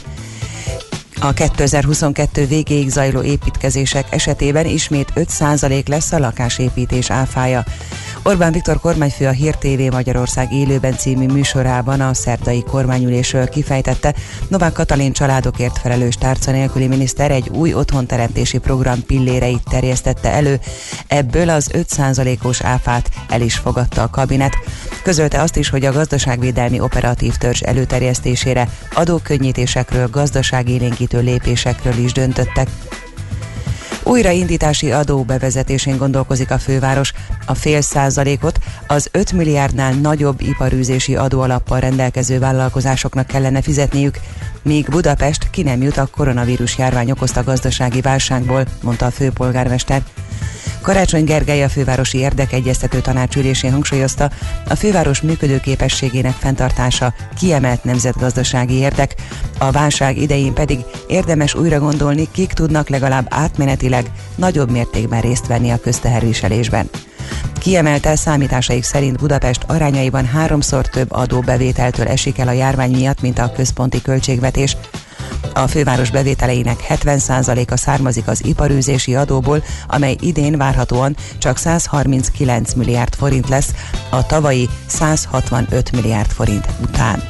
A 2022 végéig zajló építkezések esetében ismét 5% lesz a lakásépítés áfája. Orbán Viktor kormányfő a Hír TV Magyarország élőben című műsorában a szerdai kormányülésről kifejtette, Novák Katalin családokért felelős tárca nélküli miniszter egy új otthonteremtési program pilléreit terjesztette elő, ebből az 5%-os áfát el is fogadta a kabinet. Közölte azt is, hogy a gazdaságvédelmi operatív törzs előterjesztésére, adókönnyítésekről, gazdaságélénkítő lépésekről is döntöttek. Újraindítási adó bevezetésén gondolkozik a főváros. A 0,5%-ot az 5 milliárdnál nagyobb iparűzési adóalappal rendelkező vállalkozásoknak kellene fizetniük, míg Budapest ki nem jut a koronavírus járvány okozta gazdasági válságból, mondta a főpolgármester. Karácsony Gergely a fővárosi érdekegyeztető tanács ülésén hangsúlyozta, a főváros működőképességének fenntartása kiemelt nemzetgazdasági érdek, a válság idején pedig érdemes újra gondolni, kik tudnak legalább átmenetileg nagyobb mértékben részt venni a közteherviselésben. Kiemelte, számításaik szerint Budapest arányaiban 3-szor több adóbevételtől esik el a járvány miatt, mint a központi költségvetés. A főváros bevételeinek 70%-a származik az iparűzési adóból, amely idén várhatóan csak 139 milliárd forint lesz, a tavalyi 165 milliárd forint után.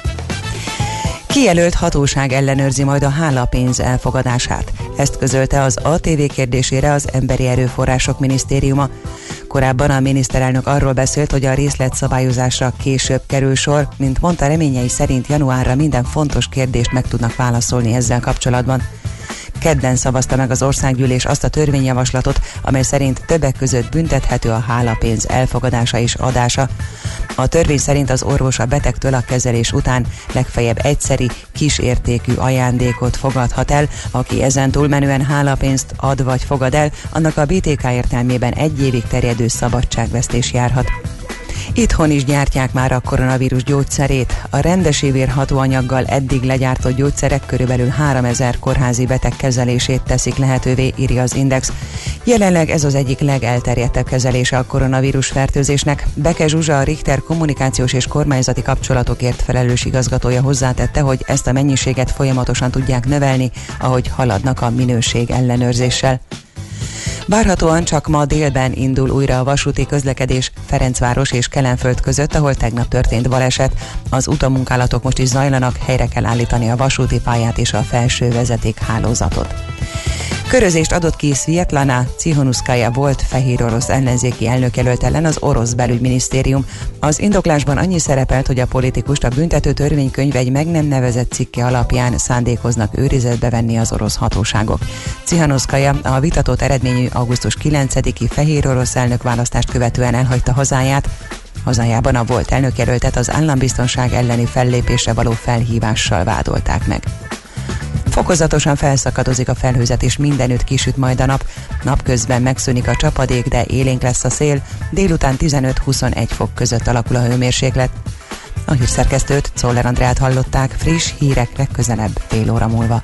Kijelölt hatóság ellenőrzi majd a hálapénz elfogadását. Ezt közölte az ATV kérdésére az Emberi Erőforrások Minisztériuma. Korábban a miniszterelnök arról beszélt, hogy a részletszabályozásra később kerül sor, mint mondta, reményei szerint januárra minden fontos kérdést meg tudnak válaszolni ezzel kapcsolatban. Kedden szavazta meg az országgyűlés azt a törvényjavaslatot, amely szerint többek között büntethető a hálapénz elfogadása és adása. A törvény szerint az orvos a betegtől a kezelés után legfeljebb egyszeri, kisértékű ajándékot fogadhat el, aki ezen túlmenően hálapénzt ad vagy fogad el, annak a BTK értelmében 1 évig terjedő szabadságvesztés járhat. Itthon is gyártják már a koronavírus gyógyszerét. A remdesivir hatóanyaggal eddig legyártott gyógyszerek körülbelül 3000 kórházi beteg kezelését teszik lehetővé, írja az Index. Jelenleg ez az egyik legelterjedtebb kezelése a koronavírus fertőzésnek. Beke Zsuzsa, a Richter kommunikációs és kormányzati kapcsolatokért felelős igazgatója hozzátette, hogy ezt a mennyiséget folyamatosan tudják növelni, ahogy haladnak a minőség ellenőrzéssel. Várhatóan csak ma délben indul újra a vasúti közlekedés Ferencváros és Kelenföld között, ahol tegnap történt baleset. Az utammunkálatok most is zajlanak, helyre kell állítani a vasúti pályát és a felső vezetékhálózatot. Körözést adott ki Szvjetlana Cihonuszkaja volt fehér orosz ellenzéki elnökjelölt ellen az orosz belügyminisztérium. Az indoklásban annyi szerepelt, hogy a politikust a büntető törvénykönyv egy meg nem nevezett cikke alapján szándékoznak őrizetbe venni az orosz hatóságok. Cihonuszkaja a vitatott eredményű augusztus 9-i fehér orosz elnökválasztást követően elhagyta hazáját. Hazájában a volt elnökjelöltet az állambiztonság elleni fellépésre való felhívással vádolták meg. Fokozatosan felszakadozik a felhőzet és mindenütt kisüt majd a nap. Napközben megszűnik a csapadék, de élénk lesz a szél, délután 15-21 fok között alakul a hőmérséklet. A hírszerkesztőt, Czoller Andreát hallották, friss hírek legközelebb fél óra múlva.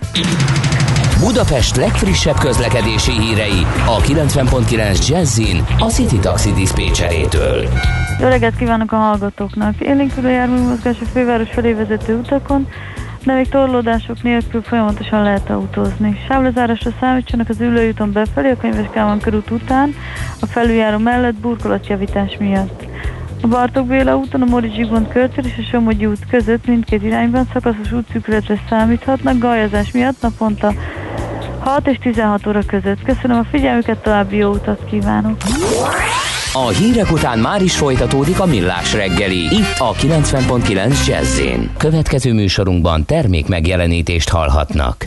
Budapest legfrissebb közlekedési hírei a 90.9 Jazzyn a City Taxi diszpécserétől. Jó reggelt kívánok a hallgatóknak! Élénkül a járműmozgás a főváros felé vezető utakon, de még torlódások nélkül folyamatosan lehet autózni. Sávlezárásra számítsanak az Üllői úton befelé, a Könyves Kálmán körút után, a felüljáró mellett burkolatjavítás miatt. A Bartók Béla úton, a Móricz Zsigmond körtér és a Somogyi út között mindkét irányban szakaszos útszűkületre számíthatnak gajazás miatt naponta 6 és 16 óra között. Köszönöm a figyelmüket, további jó utat kívánok! A hírek után már is folytatódik a Millás reggeli, itt a 90.9 Jazz-in. Következő műsorunkban termék megjelenítést hallhatnak.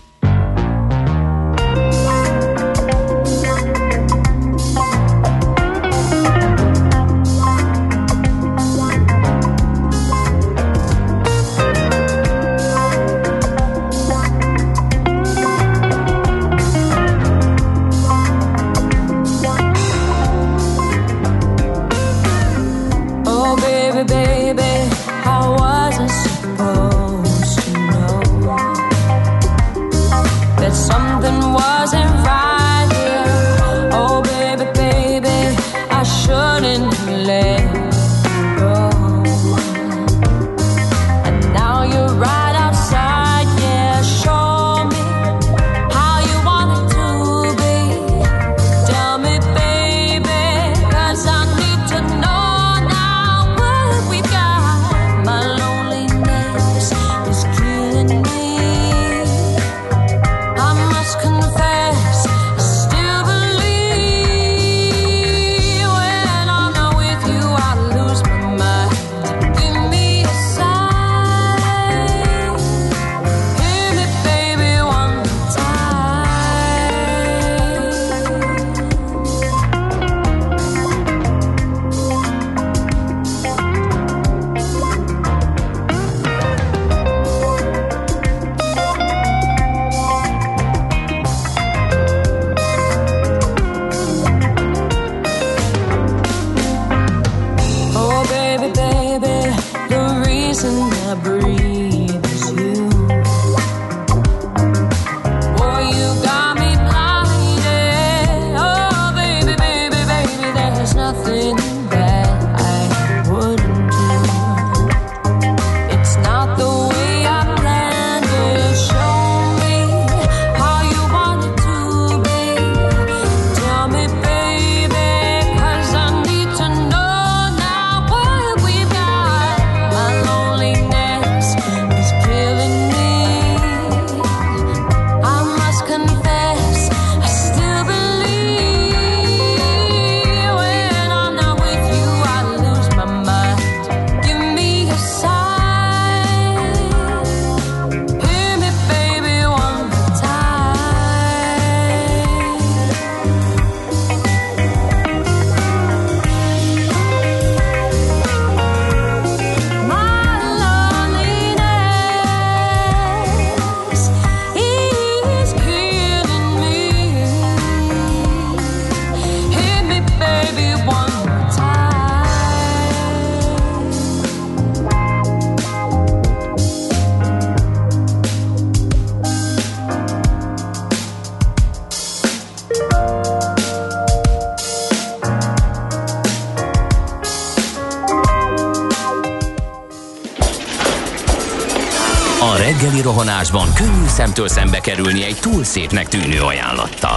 Reggeli rohanásban könnyű szemtől szembe kerülni egy túl szépnek tűnő ajánlattal.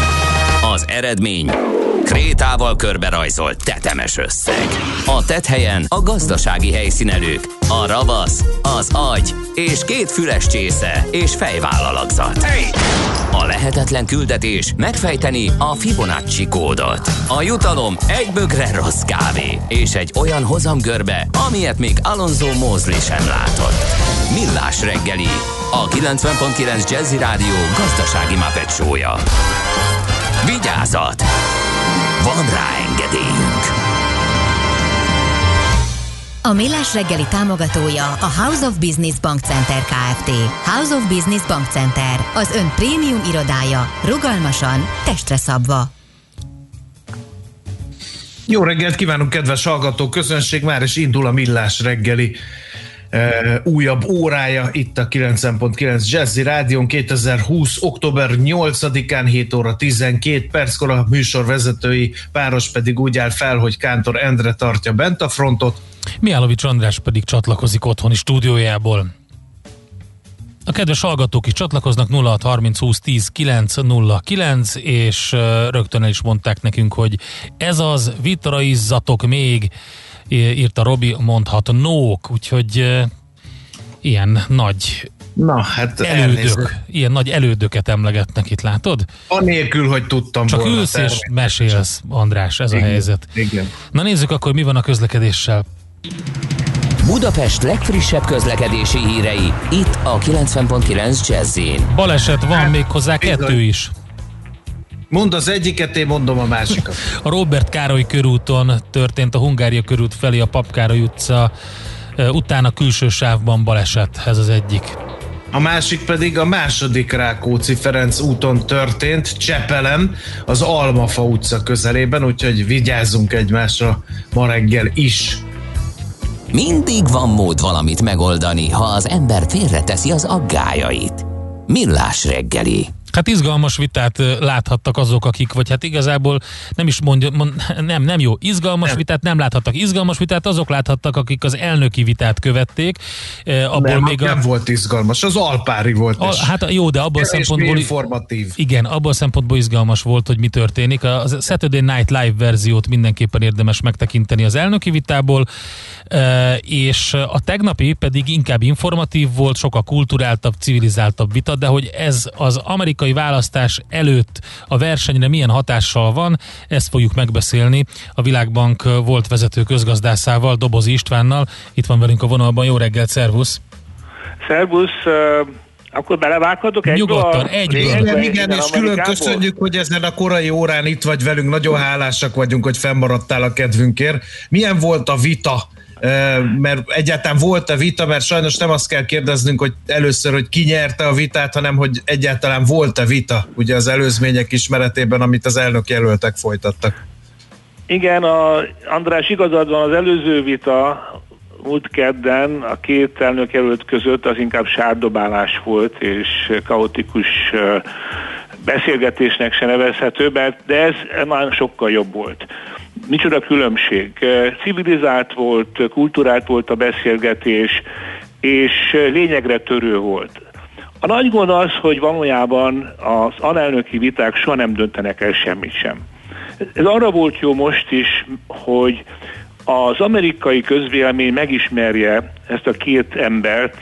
Az eredmény krétával körberajzolt tetemes összeg. A tetthelyen a gazdasági helyszínelők, a ravasz, az agy és 2 füles csésze és fejvállalakzat. A lehetetlen küldetés megfejteni a Fibonacci kódot. A jutalom egy bögre rossz kávé és egy olyan hozamgörbe, amilyet még Alonso Mosley sem látott. Millás reggeli, a 90.9 Jazzy Rádió gazdasági Muppet show-ja. Vigyázat! Van rá engedélyünk! A Millás reggeli támogatója a House of Business Bankcenter Kft. House of Business Bankcenter, az ön prémium irodája, rugalmasan, testre szabva. Jó reggelt kívánunk, kedves hallgatók, közönség, már is indul a Millás reggeli újabb órája itt a 90.9 Jazzy Rádión 2020. október 8-án 7 óra 12 perckor, a műsorvezetői páros pedig úgy áll fel, hogy Kántor Endre tartja bent a frontot. Mihálovics András pedig csatlakozik otthoni stúdiójából. A kedves hallgatók is csatlakoznak 0630 20 10 909, és rögtön el is mondták nekünk, hogy ez az, vitraizzatok még, írta Robi, mondhatnók, úgyhogy ilyen nagy ilyen nagy elődöket emlegetnek itt, látod? Anélkül, hogy tudtam csak volna. Csak ülsz és mesélsz, András, ez igen, a helyzet. Igen. Na nézzük akkor, mi van a közlekedéssel. Budapest legfrissebb közlekedési hírei, itt a 90.9 Jazz-in. Baleset van, méghozzá 2 is. Mondd az egyiket, én mondom a másikat. A Róbert Károly körúton történt a Hungária körút felé a Pap Károly utca utána külső sávban baleset, ez az egyik. A másik pedig a második Rákóczi-Ferenc úton történt, Csepelen, az Almafa utca közelében, úgyhogy vigyázzunk egymásra ma reggel is. Mindig van mód valamit megoldani, ha az ember félreteszi az aggályait. Millás reggeli. Hát izgalmas vitát láthattak azok, akik, vagy hát igazából nem is nem jó, izgalmas vitát nem láthattak. Izgalmas vitát azok láthattak, akik az elnöki vitát követték. Abból nem volt izgalmas, az alpári volt. Hát jó, de abból szempontból informatív. Igen, abból szempontból izgalmas volt, hogy mi történik. A Saturday Night Live verziót mindenképpen érdemes megtekinteni az elnöki vitából, és a tegnapi pedig inkább informatív volt, sokkal kulturáltabb, civilizáltabb vita, de hogy ez az amerikai választás előtt a versenyre milyen hatással van, ezt fogjuk megbeszélni a Világbank volt vezető közgazdászával, Dobozi Istvánnal. Itt van velünk a vonalban. Jó reggelt, szervusz! Szervusz! Akkor belevághatok egyből? Nyugodtan, egyből. Igen, és külön köszönjük, hogy ezen a korai órán itt vagy velünk. Nagyon hálásak vagyunk, hogy fennmaradtál a kedvünkért. Milyen volt a vita? Mert egyáltalán volt-e vita, mert sajnos nem azt kell kérdeznünk, hogy először, hogy ki nyerte a vitát, hanem hogy egyáltalán volt-e vita, ugye az előzmények ismeretében, amit az elnök jelöltek folytattak. Igen, András, igazad van, az előző vita múlt kedden a két elnök jelölt között az inkább sárdobálás volt, és kaotikus beszélgetésnek se nevezhető, de ez már sokkal jobb volt. Micsoda különbség. Civilizált volt, kulturált volt a beszélgetés, és lényegre törő volt. A nagy gond az, hogy valójában az alelnöki viták soha nem döntenek el semmit sem. Ez arra volt jó most is, hogy az amerikai közvélemény megismerje ezt a két embert,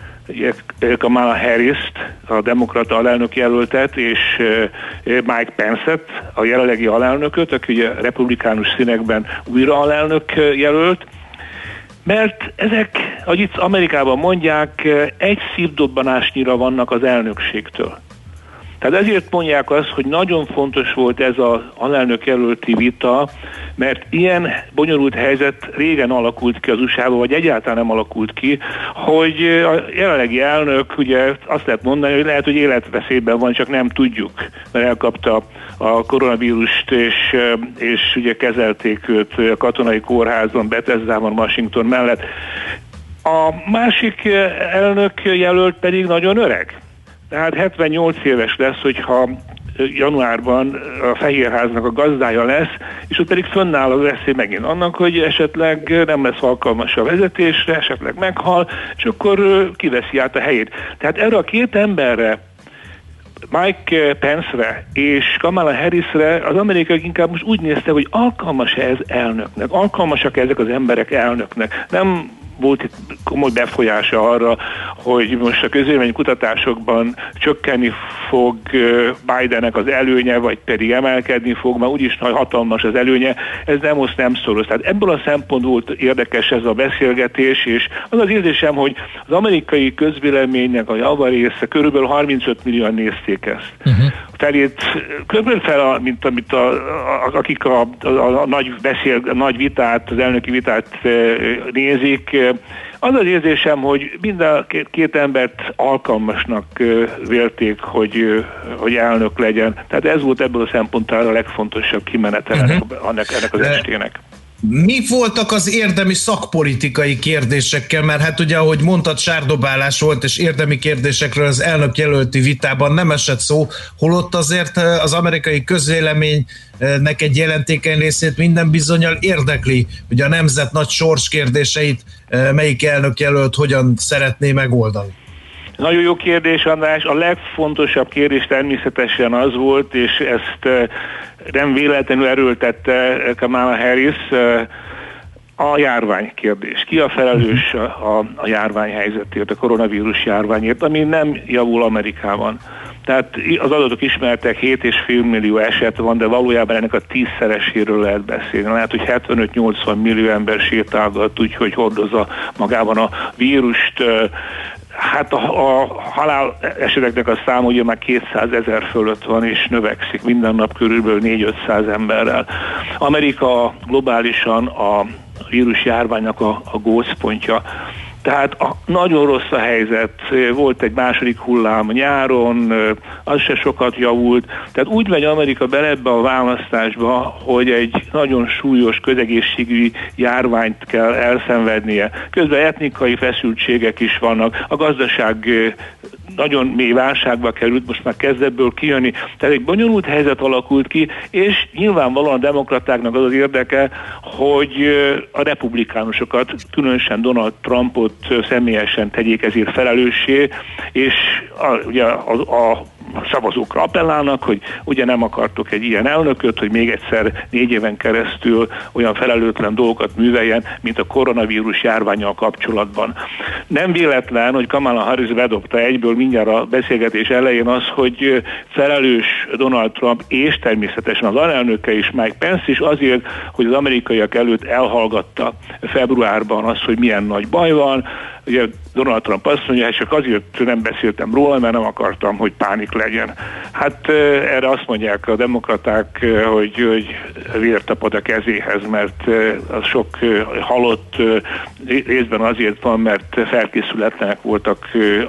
Kamala Harris-t, a demokrata alelnök jelöltet, és Mike Pence-et, a jelenlegi alelnököt, aki ugye republikánus színekben újra alelnök jelölt, mert ezek, ahogy itt Amerikában mondják, egy szívdobbanásnyira vannak az elnökségtől. Tehát ezért mondják azt, hogy nagyon fontos volt ez az alelnök jelölti vita, mert ilyen bonyolult helyzet régen alakult ki az USA-ban, vagy egyáltalán nem alakult ki, hogy a jelenlegi elnök, ugye azt lehet mondani, hogy lehet, hogy életveszélyben van, csak nem tudjuk, mert elkapta a koronavírust, és ugye kezelték őt a katonai kórházban, Bethesdában, Washington mellett. A másik elnök jelölt pedig nagyon öreg. Tehát 78 éves lesz, hogyha januárban a Fehérháznak a gazdája lesz, és ott pedig fönnáll az veszély megint annak, hogy esetleg nem lesz alkalmas a vezetésre, esetleg meghal, és akkor kiveszi át a helyét. Tehát erre a két emberre, Mike Pence-re és Kamala Harris-re az amerikaiak inkább most úgy nézte, hogy alkalmas-e ez elnöknek, alkalmasak ezek az emberek elnöknek. Nem volt itt komoly befolyása arra, hogy most a közvéleménykutatásokban csökkenni fog Bidennek az előnye, vagy pedig emelkedni fog, mert úgyis nagy hatalmas az előnye, ez nem szoros. Tehát ebből a szempontból volt érdekes ez a beszélgetés, és az az érzésem, hogy az amerikai közvéleménynek a javarésze, körülbelül 35 millióan nézték ezt. Felét, körülbelül fel, mint amit akik a nagy vitát, az elnöki vitát nézik, az az érzésem, hogy mind a két embert alkalmasnak vélték, hogy elnök legyen. Tehát ez volt ebből a szempontból a legfontosabb kimenetel ennek az estének. Mi voltak az érdemi szakpolitikai kérdésekkel? Mert hát ugye, ahogy mondtad, sárdobálás volt, és érdemi kérdésekről az elnök jelölti vitában nem esett szó, holott azért az amerikai közvéleménynek egy jelentékeny részét minden bizonnyal érdekli, hogy a nemzet nagy sorskérdéseit melyik elnök jelölt hogyan szeretné megoldani. Nagyon jó kérdés, András. A legfontosabb kérdés természetesen az volt, és ezt nem véletlenül erőltette Kamala Harris, a járvány kérdés. Ki a felelős a járvány helyzetért, a koronavírus járványért, ami nem javul Amerikában. Tehát az adatok ismertek, 7,5 millió eset van, de valójában ennek a 10-szereséről lehet beszélni. Lehet, hogy 75-80 millió ember sétálgat, úgyhogy hordozza magában a vírust. Hát a halál eseteknek a száma ugye már 200 000 fölött van, és növekszik minden nap körülbelül 400-500 emberrel. Amerika globálisan a vírus járványnak a gócpontja. Tehát nagyon rossz a helyzet, volt egy második hullám nyáron, az se sokat javult, tehát úgy megy Amerika bele ebbe a választásba, hogy egy nagyon súlyos közegészségügyi járványt kell elszenvednie. Közben etnikai feszültségek is vannak, a gazdaság nagyon mély válságba került, most már kezd ebből kijönni, tehát egy bonyolult helyzet alakult ki, és nyilvánvalóan a demokratáknak az az érdeke, hogy a republikánusokat, különösen Donald Trumpot személyesen tegyék ezért felelőssé, és ugye a szavazókra appellálnak, hogy ugye nem akartok egy ilyen elnököt, hogy még egyszer 4 éven keresztül olyan felelőtlen dolgokat műveljen, mint a koronavírus járvánnyal kapcsolatban. Nem véletlen, hogy Kamala Harris bedobta egyből mindjárt a beszélgetés elején az, hogy felelős Donald Trump és természetesen az alelnöke is, Mike Pence is azért, hogy az amerikaiak előtt elhallgatta februárban azt, hogy milyen nagy baj van. Ugye Donald Trump azt mondja, hogy csak azért nem beszéltem róla, mert nem akartam, hogy pánik legyen. Hát erre azt mondják a demokraták, hogy vér tapad a kezéhez, mert az sok halott részben azért van, mert felkészületlenek voltak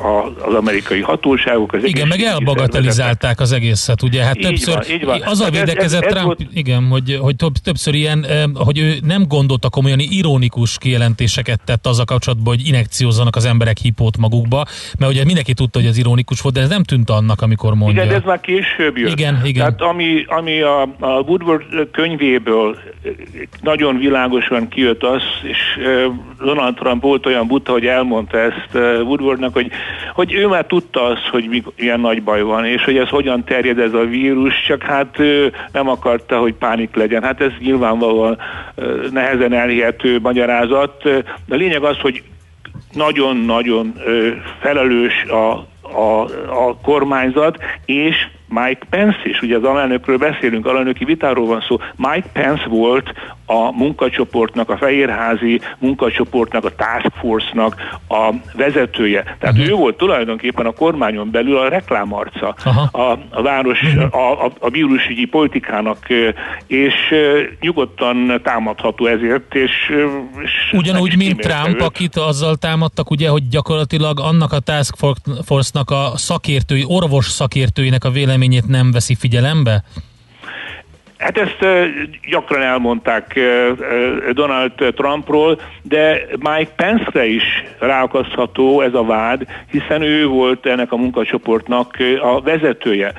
az amerikai hatóságok. Igen, meg elbagatelizálták az egészet, ugye? Hát többször így van. Azzal védekezett Trump, volt... igen, hogy többször ilyen, hogy ő nem gondolta komolyan, ironikus kijelentéseket tett azzal kapcsolatban, hogy injekciózzanak az emberek hipót magukba, mert ugye mindenki tudta, hogy ez ironikus volt, de ez nem tűnt annak, amikor mondja. Igen, de ez már később jött. Igen. Tehát ami a Woodward könyvéből nagyon világosan kijött az, és Donald Trump volt olyan buta, hogy elmondta ezt Woodwardnak, hogy ő már tudta azt, hogy ilyen nagy baj van, és hogy ez hogyan terjed ez a vírus, csak hát nem akarta, hogy pánik legyen. Hát ez nyilvánvalóan nehezen elhihető magyarázat. De a lényeg az, hogy nagyon-nagyon felelős a kormányzat, és Mike Pence is, ugye az alelnökről beszélünk, alelnöki vitáról van szó, Mike Pence volt a munkacsoportnak, a fehérházi munkacsoportnak, a task force-nak a vezetője. Tehát ő volt tulajdonképpen a kormányon belül a reklámarca a város, a vírusügyi politikának, és nyugodtan támadható ezért, és ugyanúgy, mint Trump, akit azzal támadtak, ugye, hogy gyakorlatilag annak a task force-nak a szakértői, orvos szakértőinek a véleményét nem veszi figyelembe? Hát ezt gyakran elmondták Donald Trumpról, de Mike Pence-re is ráakasztható ez a vád, hiszen ő volt ennek a munkacsoportnak a vezetője.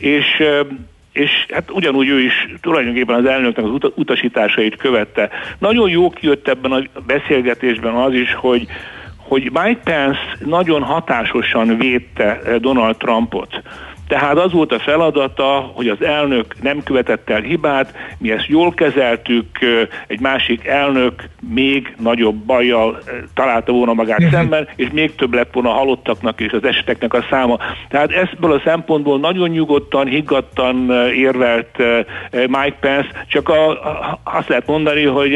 És hát ugyanúgy ő is tulajdonképpen az elnöknek az utasításait követte. Nagyon jó kijött ebben a beszélgetésben az is, hogy Mike Pence nagyon hatásosan védte Donald Trumpot. Tehát az volt a feladata, hogy az elnök nem követett el hibát, mi ezt jól kezeltük, egy másik elnök még nagyobb bajjal találta volna magát szemben, és még több lett volna a halottaknak és az eseteknek a száma. Tehát ebből a szempontból nagyon nyugodtan, higgadtan érvelt Mike Pence, csak azt lehet mondani, hogy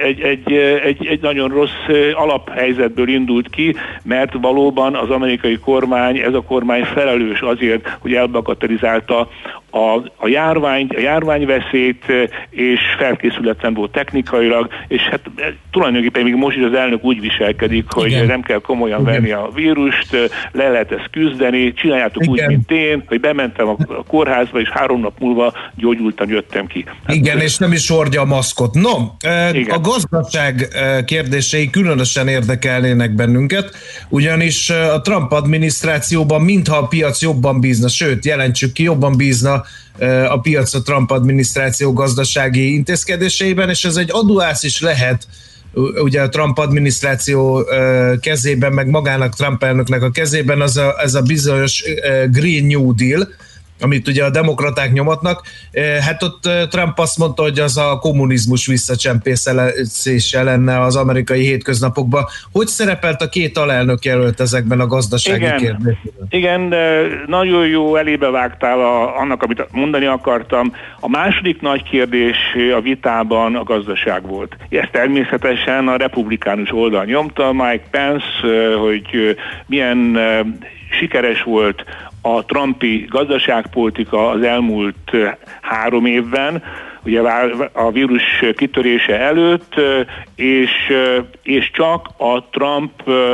egy nagyon rossz alaphelyzetből indult ki, mert valóban az amerikai kormány, ez a kormány felelős azért, hogy elbagatelizálta a járványveszélyt, és felkészületlen volt technikailag, és hát tulajdonképpen még most is az elnök úgy viselkedik, hogy igen, nem kell komolyan venni a vírust, le lehet ezt küzdeni, csináljátok igen, úgy, mint én, hogy bementem a kórházba, és 3 nap múlva gyógyultan jöttem ki. Hát, igen, és nem is hordja a maszkot. No, a gazdaság kérdései különösen érdekelnének bennünket, ugyanis a Trump adminisztrációban mintha a piac jobban bízna, sőt, jelentsük ki, jobban bízna a piac a Trump adminisztráció gazdasági intézkedéseiben, és ez egy adóász is lehet, ugye a Trump adminisztráció kezében, meg magának Trump elnöknek a kezében ez a bizonyos Green New Deal, amit ugye a demokraták nyomatnak. Hát ott Trump azt mondta, hogy az a kommunizmus visszacsempészése lenne az amerikai hétköznapokban. Hogy szerepelt a két alelnök jelölt ezekben a gazdasági kérdésben? Igen, nagyon jó, elébe vágtál annak, amit mondani akartam. A második nagy kérdés a vitában a gazdaság volt. Ezt természetesen a republikánus oldal nyomta, Mike Pence, hogy milyen sikeres volt a Trumpi gazdaságpolitika az elmúlt 3 évben, ugye a vírus kitörése előtt, és csak a Trump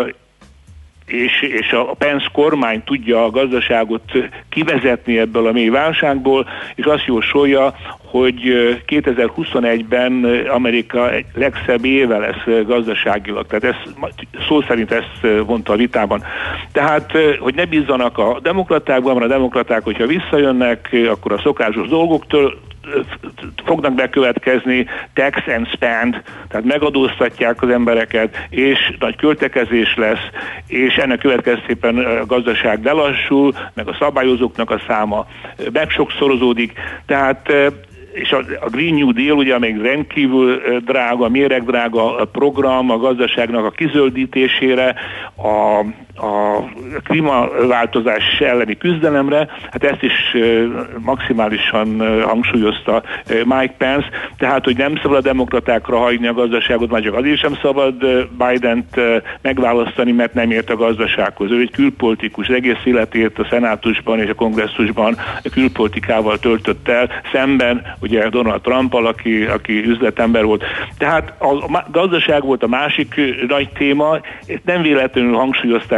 és a Pence kormány tudja a gazdaságot kivezetni ebből a mély válságból, és azt jósolja, hogy 2021-ben Amerika legszebb éve lesz gazdaságilag. Tehát szó szerint ezt mondta a vitában. Tehát, hogy ne bízzanak a demokratákban, mert a demokraták, hogyha visszajönnek, akkor a szokásos dolgoktól fognak bekövetkezni, tax and spend, tehát megadóztatják az embereket, és nagy költekezés lesz, és ennek következtében a gazdaság lelassul, meg a szabályozóknak a száma megsokszorozódik, tehát és a Green New Deal, ugye még rendkívül drága, méregdrága program a gazdaságnak a kizöldítésére, a klímaváltozás elleni küzdelemre, hát ezt is maximálisan hangsúlyozta Mike Pence, tehát, hogy nem szabad a demokratákra hagyni a gazdaságot, már csak azért sem szabad Bident megválasztani, mert nem ért a gazdasághoz. Ő egy külpolitikus, egész életét a szenátusban és a kongresszusban külpolitikával töltött el, szemben ugye Donald Trumpal, aki üzletember volt. Tehát a gazdaság volt a másik nagy téma, nem véletlenül hangsúlyozta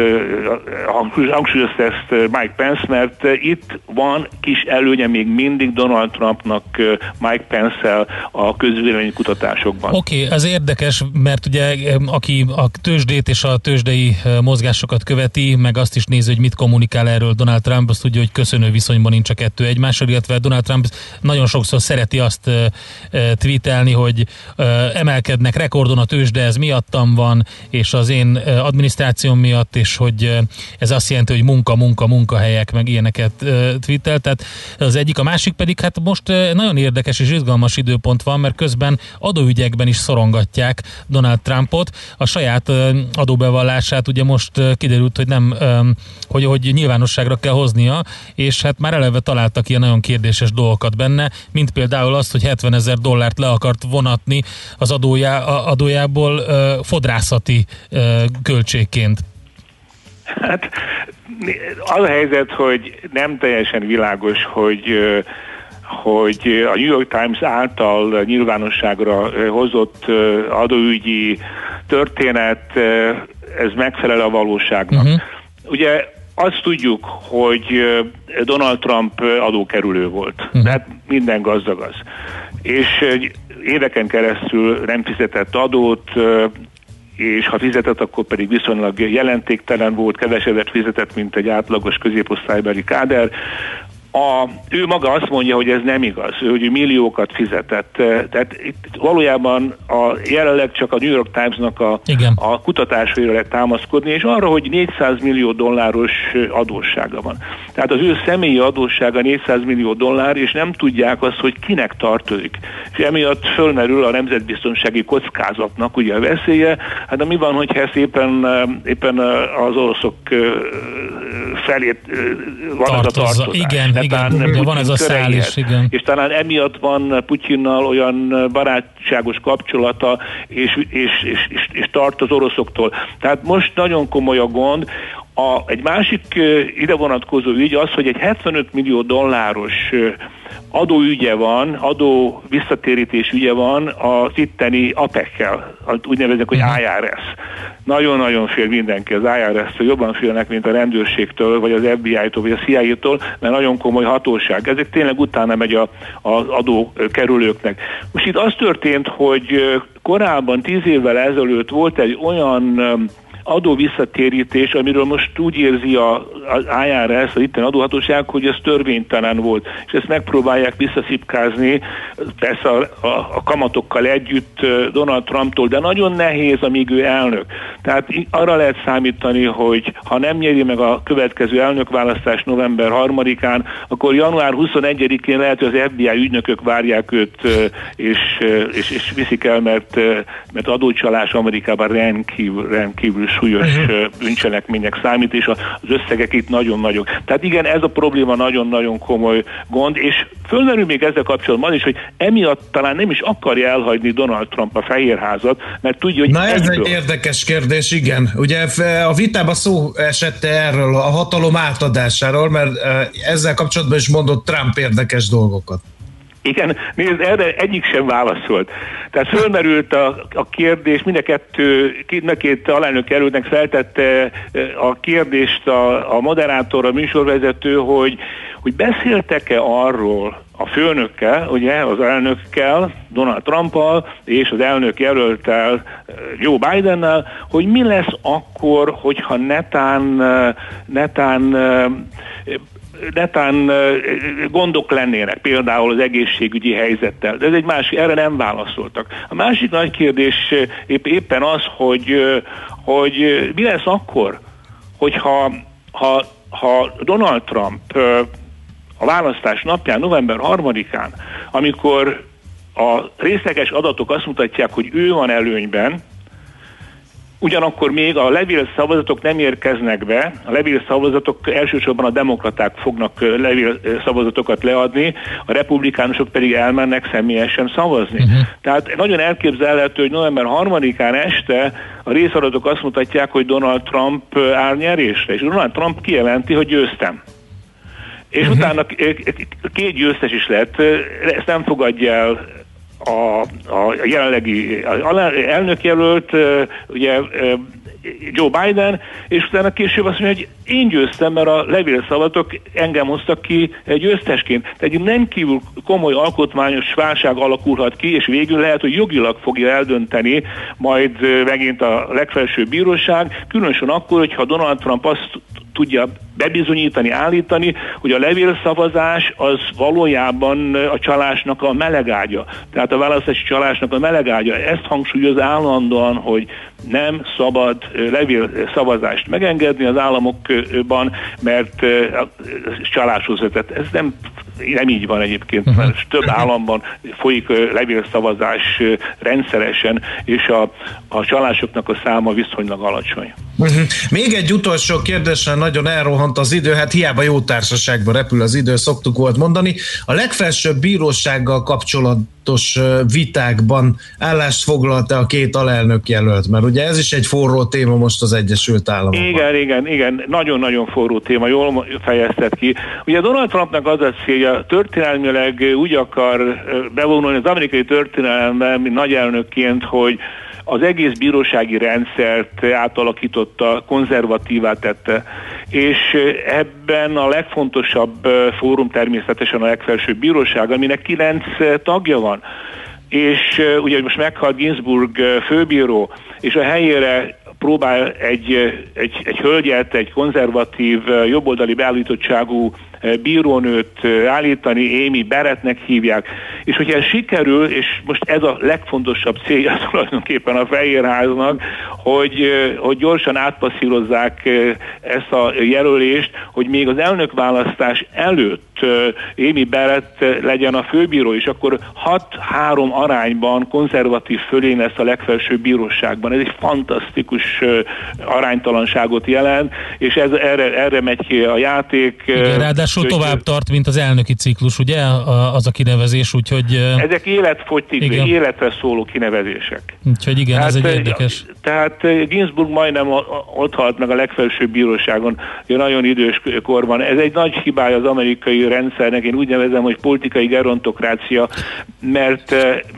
ezt Mike Pence, mert itt van kis előnye még mindig Donald Trumpnak Mike Pence-szel a közvéleménykutatásokban. Oké, ez érdekes, mert ugye aki a tőzsdét és a tőzsdei mozgásokat követi, meg azt is nézi, hogy mit kommunikál erről Donald Trump, azt tudja, hogy köszönő viszonyban nincs a kettő egymással, illetve Donald Trump nagyon sokszor szereti azt tweetelni, hogy emelkednek rekordon a tőzsde, ez miattam van, és az én adminisztrációm miatt, és hogy ez azt jelenti, hogy munkahelyek, meg ilyeneket tweetel, tehát az egyik, a másik pedig hát most nagyon érdekes és izgalmas időpont van, mert közben adóügyekben is szorongatják Donald Trumpot, a saját adóbevallását ugye most kiderült, hogy nem, hogy nyilvánosságra kell hoznia, és hát már eleve találtak ilyen nagyon kérdéses dolgokat benne, mint például azt, hogy $70,000 le akart vonatni az adójából fodrászati költségként. Hát az a helyzet, hogy nem teljesen világos, hogy a New York Times által nyilvánosságra hozott adóügyi történet, ez megfelel a valóságnak. Ugye azt tudjuk, hogy Donald Trump adókerülő volt, mert minden gazdag az. És éveken keresztül nem fizetett adót, és ha fizetett, akkor pedig viszonylag jelentéktelen volt, kevesebbet fizetett, mint egy átlagos középosztálybeli káder. Ő maga azt mondja, hogy ez nem igaz, hogy milliókat fizetett. Tehát itt valójában jelenleg csak a New York Times-nak a kutatásaira lehet támaszkodni, és arra, hogy $400 millió adóssága van. Tehát az ő személyi adóssága $400 millió, és nem tudják azt, hogy kinek tartozik. És emiatt fölmerül a nemzetbiztonsági kockázatnak ugye a veszélye. Hát de mi van, hogyha ezt éppen az oroszok felé van az a tartozás. Igen, van ez a szál is, igen. És talán emiatt van Putyinnal olyan barátságos kapcsolata, és tart az oroszoktól. Tehát most nagyon komoly a gond. Egy másik ide vonatkozó ügy az, hogy egy $75 millió adóügye van, adó visszatérítés ügye van az itteni APEC-kel, úgy neveznek, hogy IRS. Nagyon-nagyon fél mindenki az IRS-től, jobban félnek, mint a rendőrségtől, vagy az FBI-tól, vagy a CIA-tól, mert nagyon komoly hatóság. Ezek tényleg utána megy az adókerülőknek. Most itt az történt, hogy korábban 10 évvel ezelőtt volt egy olyan adó visszatérítés, amiről most úgy érzi az IRS, az itteni adóhatóság, hogy ez törvénytelen volt, és ezt megpróbálják visszaszipkázni, persze a kamatokkal együtt Donald Trumptól, de nagyon nehéz, amíg ő elnök. Tehát arra lehet számítani, hogy ha nem nyeri meg a következő elnökválasztás november 3-án, akkor január 21-én lehet, hogy az FBI ügynökök várják őt, és viszik el, mert adócsalás Amerikában rendkívül súlyos bűncselekmények számít, és az összegek itt nagyon nagyok. Tehát igen, ez a probléma nagyon-nagyon komoly gond, és fölmerül még ezzel kapcsolatban is, hogy emiatt talán nem is akarja elhagyni Donald Trump a Fehérházat, mert tudja, hogy... Na ez egy érdekes kérdés, igen. Ugye a vitában szó esett erről, a hatalom átadásáról, mert ezzel kapcsolatban is mondott Trump érdekes dolgokat. Igen, nézd, erre egyik sem válaszolt. Tehát fölmerült a kérdés, mind a két alelnök jelöltnek feltette a kérdést a moderátor, a műsorvezető, hogy beszéltek-e arról a főnökkel, ugye, az elnökkel, Donald Trumpal, és az elnök jelölttel, Joe Bidennel, hogy mi lesz akkor, hogyha netán gondok lennének, például az egészségügyi helyzettel. De ez egy másik, erre nem válaszoltak. A másik nagy kérdés éppen az, hogy mi lesz akkor, hogyha Donald Trump a választás napján, november 3-án, amikor a részleges adatok azt mutatják, hogy ő van előnyben, ugyanakkor még a levélszavazatok nem érkeznek be, a levélszavazatok elsősorban a demokraták fognak levélszavazatokat leadni, a republikánusok pedig elmennek személyesen szavazni. Tehát nagyon elképzelhető, hogy november 3-án este a részadatok azt mutatják, hogy Donald Trump áll nyerésre, és Donald Trump kijelenti, hogy győztem. És utána két győztes is lett, ezt nem fogadja el a jelenlegi elnökjelölt, ugye Joe Biden, és utána később azt mondja, hogy én győztem, mert a levélszavazatok engem hoztak ki győztesként. Tehát egy nem kívül komoly alkotmányos válság alakulhat ki, és végül lehet, hogy jogilag fogja eldönteni majd megint a legfelsőbb bíróság, különösen akkor, hogyha Donald Trump azt tudja bebizonyítani, állítani, hogy a levélszavazás az valójában a csalásnak a melegágya. Tehát a választási csalásnak a melegágya. Ezt hangsúlyoz állandóan, hogy nem szabad levélszavazást megengedni az államokban, mert csaláshoz vezet. Ez nem így van egyébként, mert több államban folyik levélszavazás rendszeresen, és a csalásoknak a száma viszonylag alacsony. Még egy utolsó kérdésre, nagyon elrohant az idő, hát hiába jó társaságban repül az idő, szoktuk volt mondani. A legfelsőbb bírósággal kapcsolatos vitákban állást foglalt-e a két alelnök jelölt? Mert ugye ez is egy forró téma most az Egyesült Államokban. Igen, nagyon-nagyon forró téma, jól fejezted ki. Ugye Donald Trumpnak az a célja, történelmileg úgy akar bevonulni az amerikai történelemben, mint nagyelnökként, hogy az egész bírósági rendszert átalakította, konzervatívá tette, és ebben a legfontosabb fórum természetesen a legfelsőbb bíróság, aminek 9 tagja van. És ugye most meghalt Ginsburg főbíró, és a helyére próbál egy hölgyet, egy konzervatív, jobboldali beállítottságú bírónőt állítani, Amy Barrettnek hívják. És hogyha ez sikerül, és most ez a legfontosabb célja tulajdonképpen a Fehérháznak, hogy gyorsan átpasszírozzák ezt a jelölést, hogy még az elnökválasztás előtt Amy Barrett legyen a főbíró, és akkor 6-3 arányban konzervatív fölén lesz a legfelsőbb bíróságban. Ez egy fantasztikus aránytalanságot jelent, és erre megy ki a játék. Igen, ráadásul tovább tart, mint az elnöki ciklus, ugye? Az a kinevezés, úgyhogy... Ezek életfogytigló, életre szóló kinevezések. Úgyhogy igen, ez egy érdekes. Tehát Ginsburg majdnem ott halt meg a legfelsőbb bíróságon, nagyon idős korban. Ez egy nagy hibája az amerikai rendszernek, én úgy nevezem, hogy politikai gerontokrácia, mert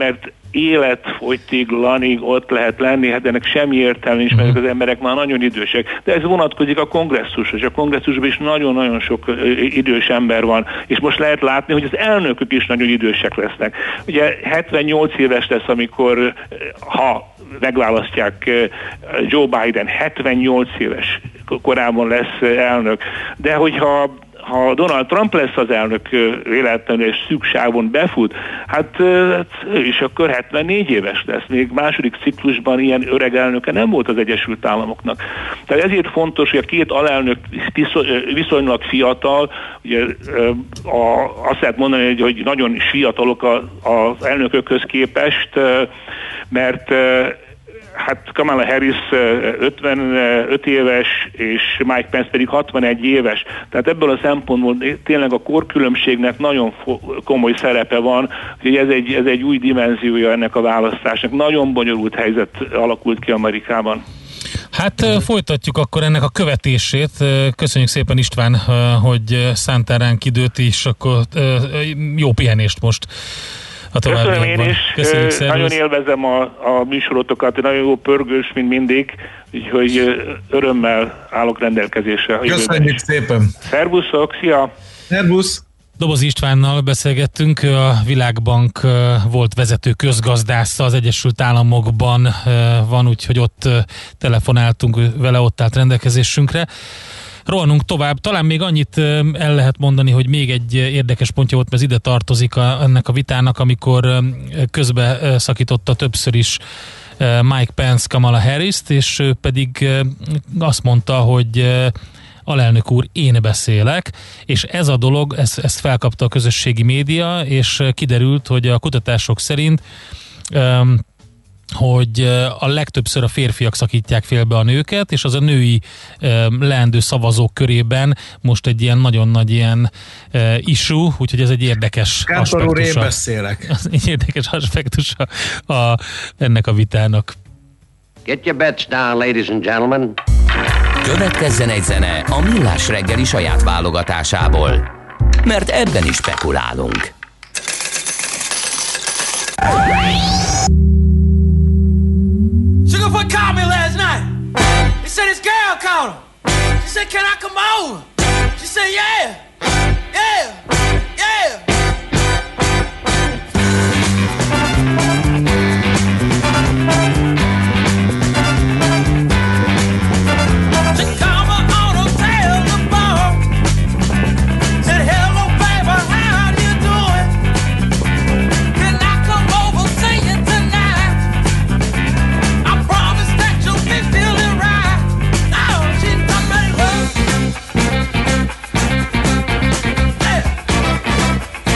életfogytiglanig ott lehet lenni, hát ennek semmi értelme is, mert az emberek már nagyon idősek. De ez vonatkozik a kongresszusra, és a kongresszusban is nagyon-nagyon sok idős ember van, és most lehet látni, hogy az elnökök is nagyon idősek lesznek. Ugye 78 éves lesz, amikor, ha megválasztják Joe Biden, 78 éves korában lesz elnök, de hogyha Donald Trump lesz az elnök véletlenül és szüksávon befut, hát ő is akkor 74 éves lesz. Még második ciklusban ilyen öreg elnöke nem volt az Egyesült Államoknak. Tehát ezért fontos, hogy a két alelnök viszonylag fiatal, ugye, azt lehet mondani, hogy nagyon is fiatalok az elnökökhöz képest, mert hát Kamala Harris 55 éves, és Mike Pence pedig 61 éves. Tehát ebből a szempontból tényleg a korkülönbségnek nagyon komoly szerepe van, hogy ez egy új dimenziója ennek a választásnak. Nagyon bonyolult helyzet alakult ki Amerikában. Hát folytatjuk akkor ennek a követését. Köszönjük szépen István, hogy szántál ránk időt, és akkor jó pihenést most. Köszönöm én is, nagyon élvezem a műsorotokat, nagyon jó pörgős, mint mindig, úgyhogy örömmel állok rendelkezésre. Köszönjük szépen! Szervuszok, szia! Szervusz! Doboz Istvánnal beszélgettünk, a Világbank volt vezető közgazdásza az Egyesült Államokban van, úgyhogy ott telefonáltunk vele, ott állt rendelkezésünkre. Rohanunk tovább. Talán még annyit el lehet mondani, hogy még egy érdekes pontja volt, mert ez ide tartozik ennek a vitának, amikor közbe szakította többször is Mike Pence Kamala Harrist, és ő pedig azt mondta, hogy alelnök úr, én beszélek, és ez a dolog, ezt felkapta a közösségi média, és kiderült, hogy a kutatások szerint hogy a legtöbbször a férfiak szakítják félbe a nőket, és az a női leendő szavazók körében most egy ilyen nagyon nagy ilyen issue, úgyhogy ez egy érdekes aspektusa. Én beszélek. Egy érdekes aspektusa ennek a vitának. Get your bets down, ladies and gentlemen. Következzen egy zene a Millás reggeli saját válogatásából, mert ebben is spekulálunk. Sugarfoot called me last night. He said his girl called him. She said, can I come over? She said, yeah, yeah, yeah. She called me on the telephone. Said, hello, baby, how you doing? Can I come over, see you tonight? I promise that you'll be feeling right. Oh, she's coming over.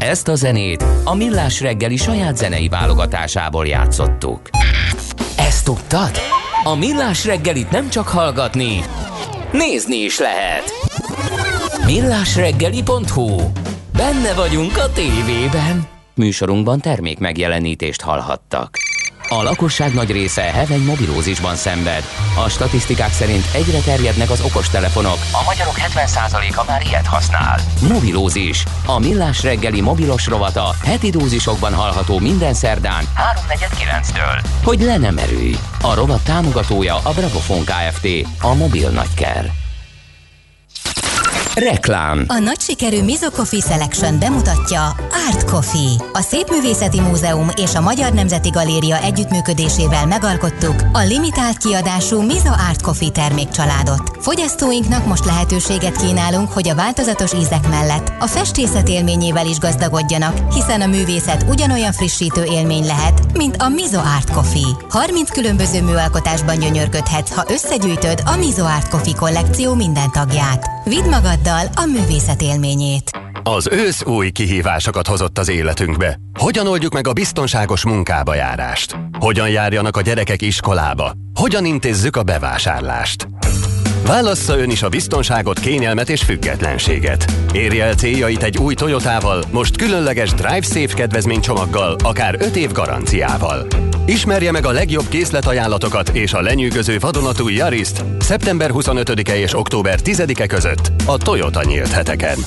Ezt a zenét a Millás reggeli saját zenei válogatásából játszottuk. Ezt tudtad? A Millás reggelit nem csak hallgatni, nézni is lehet. millásreggeli.hu. Benne vagyunk a tévében. Műsorunkban termék megjelenítést hallhattak. A lakosság nagy része heveny mobilózisban szenved. A statisztikák szerint egyre terjednek az okostelefonok. A magyarok 70%-a már ilyet használ. Mobilózis. A Millás reggeli mobilos rovata heti dózisokban hallható minden szerdán 3:49-től. Hogy le nem erőj. A rovat támogatója a Bravofon Kft. A mobil nagyker. Reklám. A nagy sikerű Mizo Coffee Selection bemutatja Art Coffee. A Szépművészeti Múzeum és a Magyar Nemzeti Galéria együttműködésével megalkottuk a limitált kiadású Mizo Art Coffee termékcsaládot. Fogyasztóinknak most lehetőséget kínálunk, hogy a változatos ízek mellett a festészet élményével is gazdagodjanak, hiszen a művészet ugyanolyan frissítő élmény lehet, mint a Mizo Art Coffee. 30 különböző műalkotásban gyönyörködhetsz, ha összegyűjtöd a Mizo Art Coffee kollekció minden tagját. Vidd magaddal a művészet élményét. Az ősz új kihívásokat hozott az életünkbe. Hogyan oldjuk meg a biztonságos munkába járást? Hogyan járjanak a gyerekek iskolába? Hogyan intézzük a bevásárlást? Válassza ön is a biztonságot, kényelmet és függetlenséget. Érje el céljait egy új Toyotával, most különleges Drive Safe kedvezménycsomaggal, akár 5 év garanciával. Ismerje meg a legjobb készletajánlatokat és a lenyűgöző vadonatúj Yariszt szeptember 25-e és október 10-e között a Toyota nyílt heteken.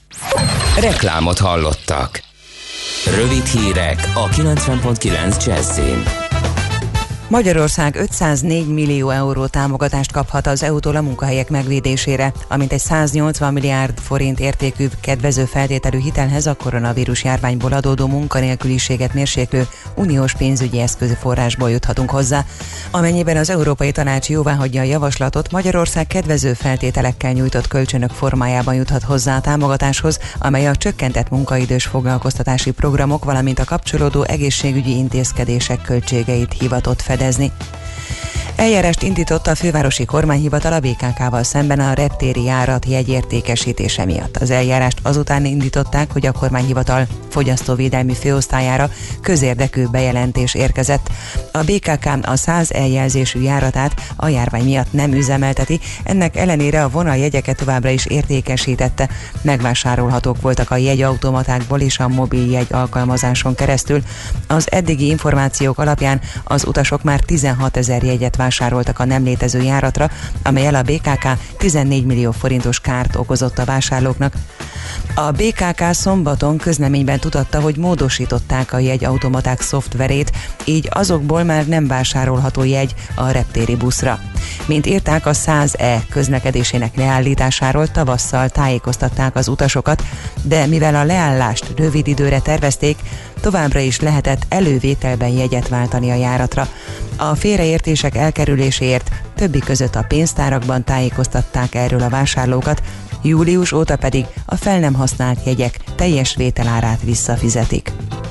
Reklámot hallottak. Rövid hírek a 90.9 Jazzin. Magyarország 504 millió euró támogatást kaphat az EU-tól a munkahelyek megvédésére, amint egy 180 milliárd forint értékű kedvező feltételű hitelhez a koronavírus járványból adódó munkanélküliséget mérséklő uniós pénzügyi eszközforrásból juthatunk hozzá. Amennyiben az Európai Tanács jóváhagyja a javaslatot, Magyarország kedvező feltételekkel nyújtott kölcsönök formájában juthat hozzá a támogatáshoz, amely a csökkentett munkaidős foglalkoztatási programok, valamint a kapcsolódó egészségügyi intézkedések költségeit hivatott fedezni. Eljárást indított a fővárosi kormányhivatal a BKK-val szemben a reptéri járat jegyértékesítése miatt. Az eljárást azután indították, hogy a kormányhivatal fogyasztóvédelmi főosztályára közérdekű bejelentés érkezett. A BKK a 100 eljelzésű járatát a járvány miatt nem üzemelteti, ennek ellenére a vonaljegyeket továbbra is értékesítette. Megvásárolhatók voltak a jegyautomatákból és a mobil jegy alkalmazáson keresztül. Az eddigi információk alapján az utasok már 16 000 jegyet vásároltak a nem létező járatra, amellyel a BKK 14 millió forintos kárt okozott a vásárlóknak. A BKK szombaton közleményben tudatta, hogy módosították a jegyautomaták szoftverét, így azokból már nem vásárolható jegy a reptéri buszra. Mint írták, a 100E közlekedésének leállításáról tavasszal tájékoztatták az utasokat, de mivel a leállást rövid időre tervezték, továbbra is lehetett elővételben jegyet váltani a járatra. A félreértések elkerüléséért többi között a pénztárakban tájékoztatták erről a vásárlókat, július óta pedig a fel nem használt jegyek teljes vételárát visszafizetik.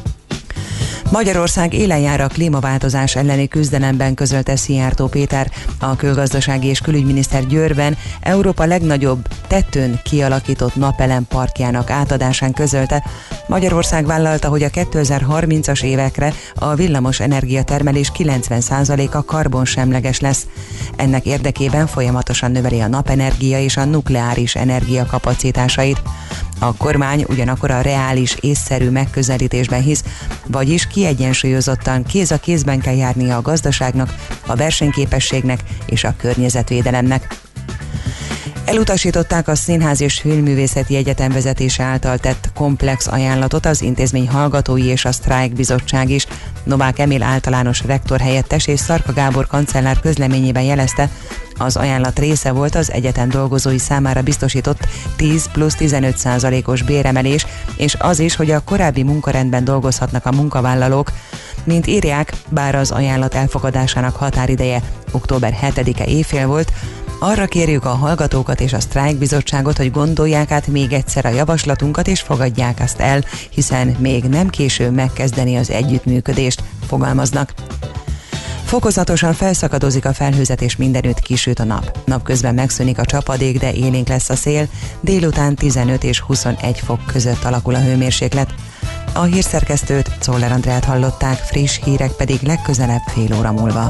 Magyarország élen jár a klímaváltozás elleni küzdelemben, közölte Szijjártó Péter. A külgazdasági és külügyminiszter Győrben Európa legnagyobb tetőn kialakított napelemparkjának átadásán közölte. Magyarország vállalta, hogy a 2030-as évekre a villamos energiatermelés 90%-a karbonsemleges lesz. Ennek érdekében folyamatosan növeli a napenergia és a nukleáris energia kapacitásait. A kormány ugyanakkor a reális, észszerű megközelítésben hisz, vagyis kiegyensúlyozottan kéz a kézben kell járnia a gazdaságnak, a versenyképességnek és a környezetvédelemnek. Elutasították a Színház és Filmművészeti Egyetem vezetése által tett komplex ajánlatot az intézmény hallgatói és a Sztrájk Bizottság is. Novák Emil általános rektor helyettes és Szarka Gábor kancellár közleményében jelezte, az ajánlat része volt az egyetem dolgozói számára biztosított 10 plusz 15%-os béremelés, és az is, hogy a korábbi munkarendben dolgozhatnak a munkavállalók. Mint írják, bár az ajánlat elfogadásának határideje október 7-e éjfél volt, arra kérjük a hallgatókat és a sztrájkbizottságot, hogy gondolják át még egyszer a javaslatunkat és fogadják azt el, hiszen még nem késő megkezdeni az együttműködést, fogalmaznak. Fokozatosan felszakadozik a felhőzet és mindenütt kisüt a nap. Napközben megszűnik a csapadék, de élénk lesz a szél, délután 15 és 21 fok között alakul a hőmérséklet. A hírszerkesztőt, Czoller Andrát hallották, friss hírek pedig legközelebb fél óra múlva.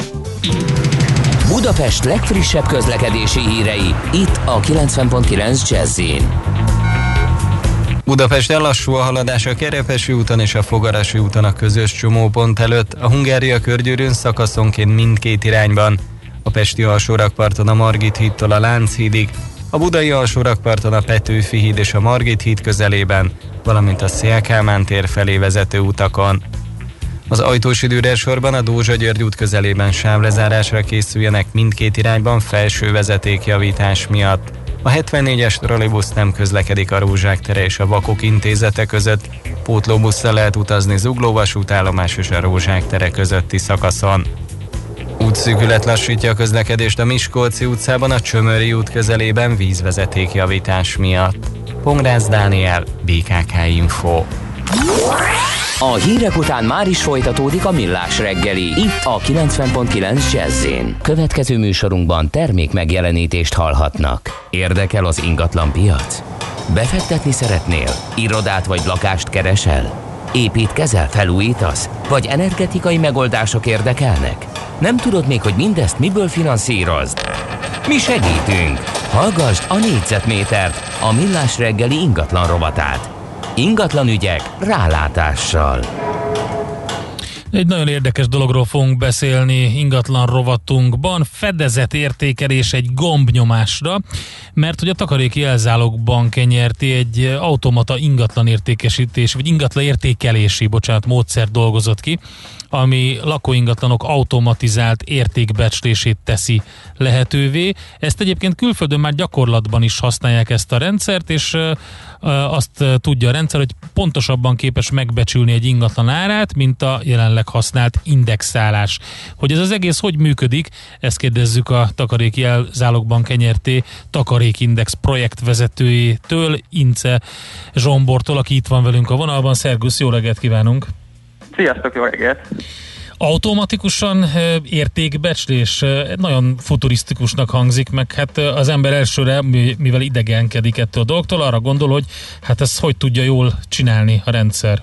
Budapest legfrissebb közlekedési hírei, itt a 90.9 Jazz-in. Budapesten lassú a haladás a Kerepesi úton és a Fogarasi úton a közös csomópont előtt, a Hungária körgyűrűn szakaszonként mindkét irányban, a pesti alsórakparton a Margit hídtól a Lánchídig, a budai alsórakparton a Petőfi híd és a Margit híd közelében, valamint a Széll-Kálmán tér felé vezető utakon. Az Ajtósi Dürer sorban a Dózsa-György út közelében sávlezárásra készüljenek mindkét irányban felső vezetékjavítás miatt. A 74-es trollibusz nem közlekedik a Rózsák tere és a Vakok intézete között, pótlóbusszal lehet utazni Zugló vasútállomás és a Rózsák tere közötti szakaszon. Útszűkület lassítja a közlekedést a Miskolci utcában a Csömöri út közelében vízvezetékjavítás miatt. Pongrász Dániel, BKK Info. A hírek után már is folytatódik a Millás reggeli, itt a 90.9 Jazz-in. Következő műsorunkban termék megjelenítést hallhatnak. Érdekel az ingatlan piac? Befektetni szeretnél? Irodát vagy lakást keresel? Építkezel, felújítasz? Vagy energetikai megoldások érdekelnek? Nem tudod még, hogy mindezt miből finanszírozd? Mi segítünk! Hallgasd a Négyzetmétert, a Millás reggeli ingatlan rovatát. Ingatlan ügyek rálátással. Egy nagyon érdekes dologról fogunk beszélni ingatlan rovatunkban, fedezet-értékelés egy gombnyomásra, mert hogy a Takaréki Elzálogbank nyerti egy automata ingatlan értékesítés, vagy ingatlan értékelési, módszert dolgozott ki, ami lakóingatlanok automatizált értékbecslését teszi lehetővé. Ezt egyébként külföldön már gyakorlatban is használják ezt a rendszert, és azt tudja a rendszer, hogy pontosabban képes megbecsülni egy ingatlan árát, mint a jelenleg használt indexálás. Hogy ez az egész hogy működik, ezt kérdezzük a Takaréki Elzálogbank NRT Takarékindex projektvezetőjétől, Ince Zsombortól, aki itt van velünk a vonalban. Szervusz, jó reggelt kívánunk! Sziasztok, jó reggelt! Automatikusan értékbecslés nagyon futurisztikusnak hangzik, meg hát az ember elsőre, mivel idegenkedik ettől a dolgtól, arra gondol, hogy hát ezt hogy tudja jól csinálni a rendszer.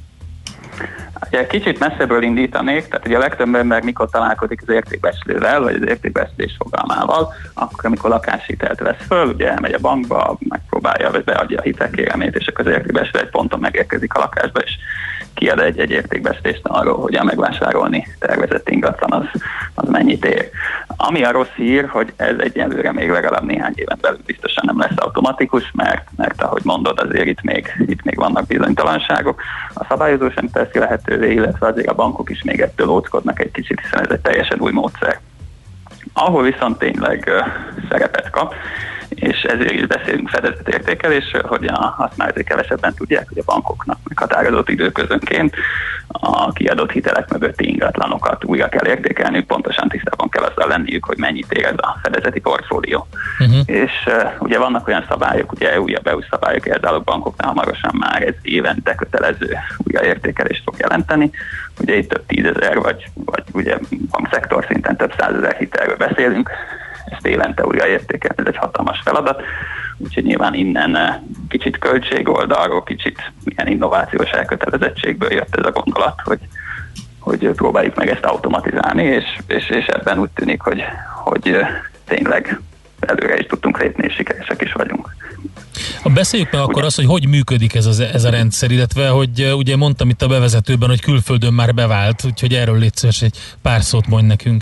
Ugye kicsit messzebbről indítanék, tehát ugye a legtöbb ember mikor találkozik az értékbecslővel, vagy az értékbecslés fogalmával, akkor amikor lakáshitelt vesz föl, ugye elmegy a bankba, megpróbálja, vagy beadja a hitelkérelmét, és akkor az értékbecslő egy ponton megérkezik a lakásba, és kiad egy értékbecslést arról, hogy a megvásárolni tervezett ingatlan az mennyit ér. Ami a rossz hír, hogy ez egyelőre még legalább néhány éven belül biztosan nem lesz automatikus, mert ahogy mondod, azért itt még vannak bizonytalanságok. A szabályozó sem teszi lehetővé, illetve azért a bankok is még ettől óckodnak egy kicsit, hiszen ez egy teljesen új módszer. Ahol viszont tényleg szerepet kap, és ezért is beszélünk fedezetértékelésről, hogy azt már azért kevesebben tudják, hogy a bankoknak meghatározott időközönként a kiadott hitelek mögötti ingatlanokat újra kell értékelniük, pontosan tisztában kell azzal lenniük, hogy mennyit ér ez a fedezeti portfólió. És ugye vannak olyan szabályok, ugye újabb EU szabályok, Elzálogbankoknál hamarosan már ez évente kötelező újraértékelést fog jelenteni. Ugye itt több 10 000 vagy ugye bankszektor szinten több 100 000 hitelről beszélünk, ezt évente újraértékelni, ez egy hatalmas feladat, úgyhogy nyilván innen kicsit költségoldalról, kicsit ilyen innovációs elkötelezettségből jött ez a gondolat, hogy próbáljuk meg ezt automatizálni, és ebben úgy tűnik, hogy tényleg előre is tudtunk lépni, és sikeresek is vagyunk. Beszéljük meg akkor azt, hogy működik ez a rendszer, illetve, hogy ugye mondtam itt a bevezetőben, hogy külföldön már bevált, úgyhogy erről légy szíves egy pár szót mondj nekünk.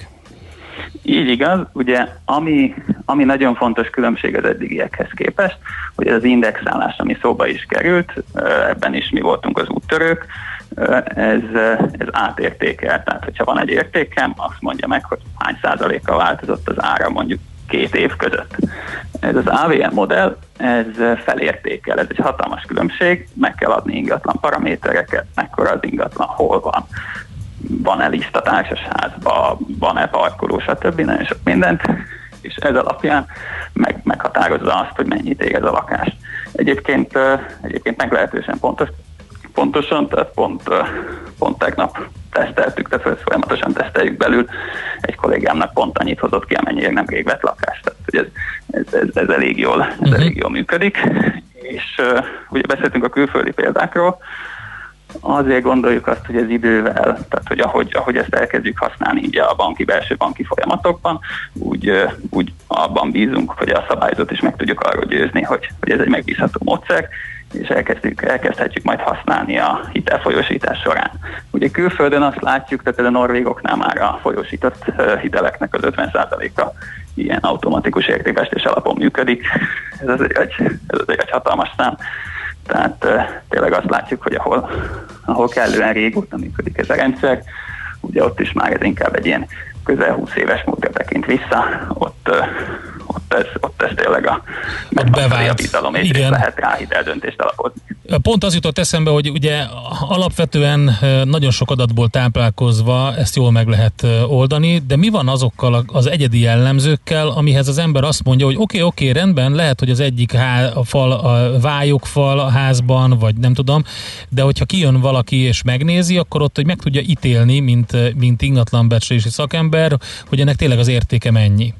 Így igaz, ugye ami nagyon fontos különbség az eddigiekhez képest, hogy ez az indexálás, ami szóba is került, ebben is mi voltunk az úttörők, ez átértékel. Tehát, hogyha van egy értékem, azt mondja meg, hogy hány százalékkal változott az ára mondjuk 2 év között. Ez az AVM modell, ez felértékel, ez egy hatalmas különbség, meg kell adni ingatlan paramétereket, mekkora az ingatlan, hol van. Van-e liszt a társasházban, van-e parkoló, stb. Nagyon sok mindent, és ez alapján meghatározza azt, hogy mennyit ér ez a lakás. Egyébként meglehetősen pontosan, tehát pont tegnap teszteltük, tehát folyamatosan teszteljük belül. Egy kollégámnak pont annyit hozott ki, amennyire nemrég vett lakást. Tehát, hogy ez elég jól működik. És ugye beszéltünk a külföldi példákról, azért gondoljuk azt, hogy ez idővel, tehát hogy ahogy ezt elkezdjük használni így a belső banki folyamatokban, úgy abban bízunk, hogy a szabályozót is meg tudjuk arról győzni, hogy ez egy megbízható módszer, és elkezdhetjük majd használni a hitelfolyósítás során. Ugye külföldön azt látjuk, tehát a norvégoknál már a folyósított hiteleknek az 50%-a ilyen automatikus értékbeestés alapon működik. Ez egy hatalmas szám. Tehát tényleg azt látjuk, hogy ahol kellően régóta működik ez a rendszer, ugye ott is már ez inkább egy ilyen közel 20 éves múltra tekint vissza, ott ez tényleg a bizalom, és lehet rá hiteldöntést alapozni. Pont az jutott eszembe, hogy ugye alapvetően nagyon sok adatból táplálkozva ezt jól meg lehet oldani, de mi van azokkal az egyedi jellemzőkkel, amihez az ember azt mondja, hogy oké, rendben, lehet, hogy az egyik a vályogfal a házban, vagy nem tudom, de hogyha kijön valaki és megnézi, akkor ott, hogy meg tudja ítélni, mint ingatlanbecslési szakember, hogy ennek tényleg az értéke mennyi.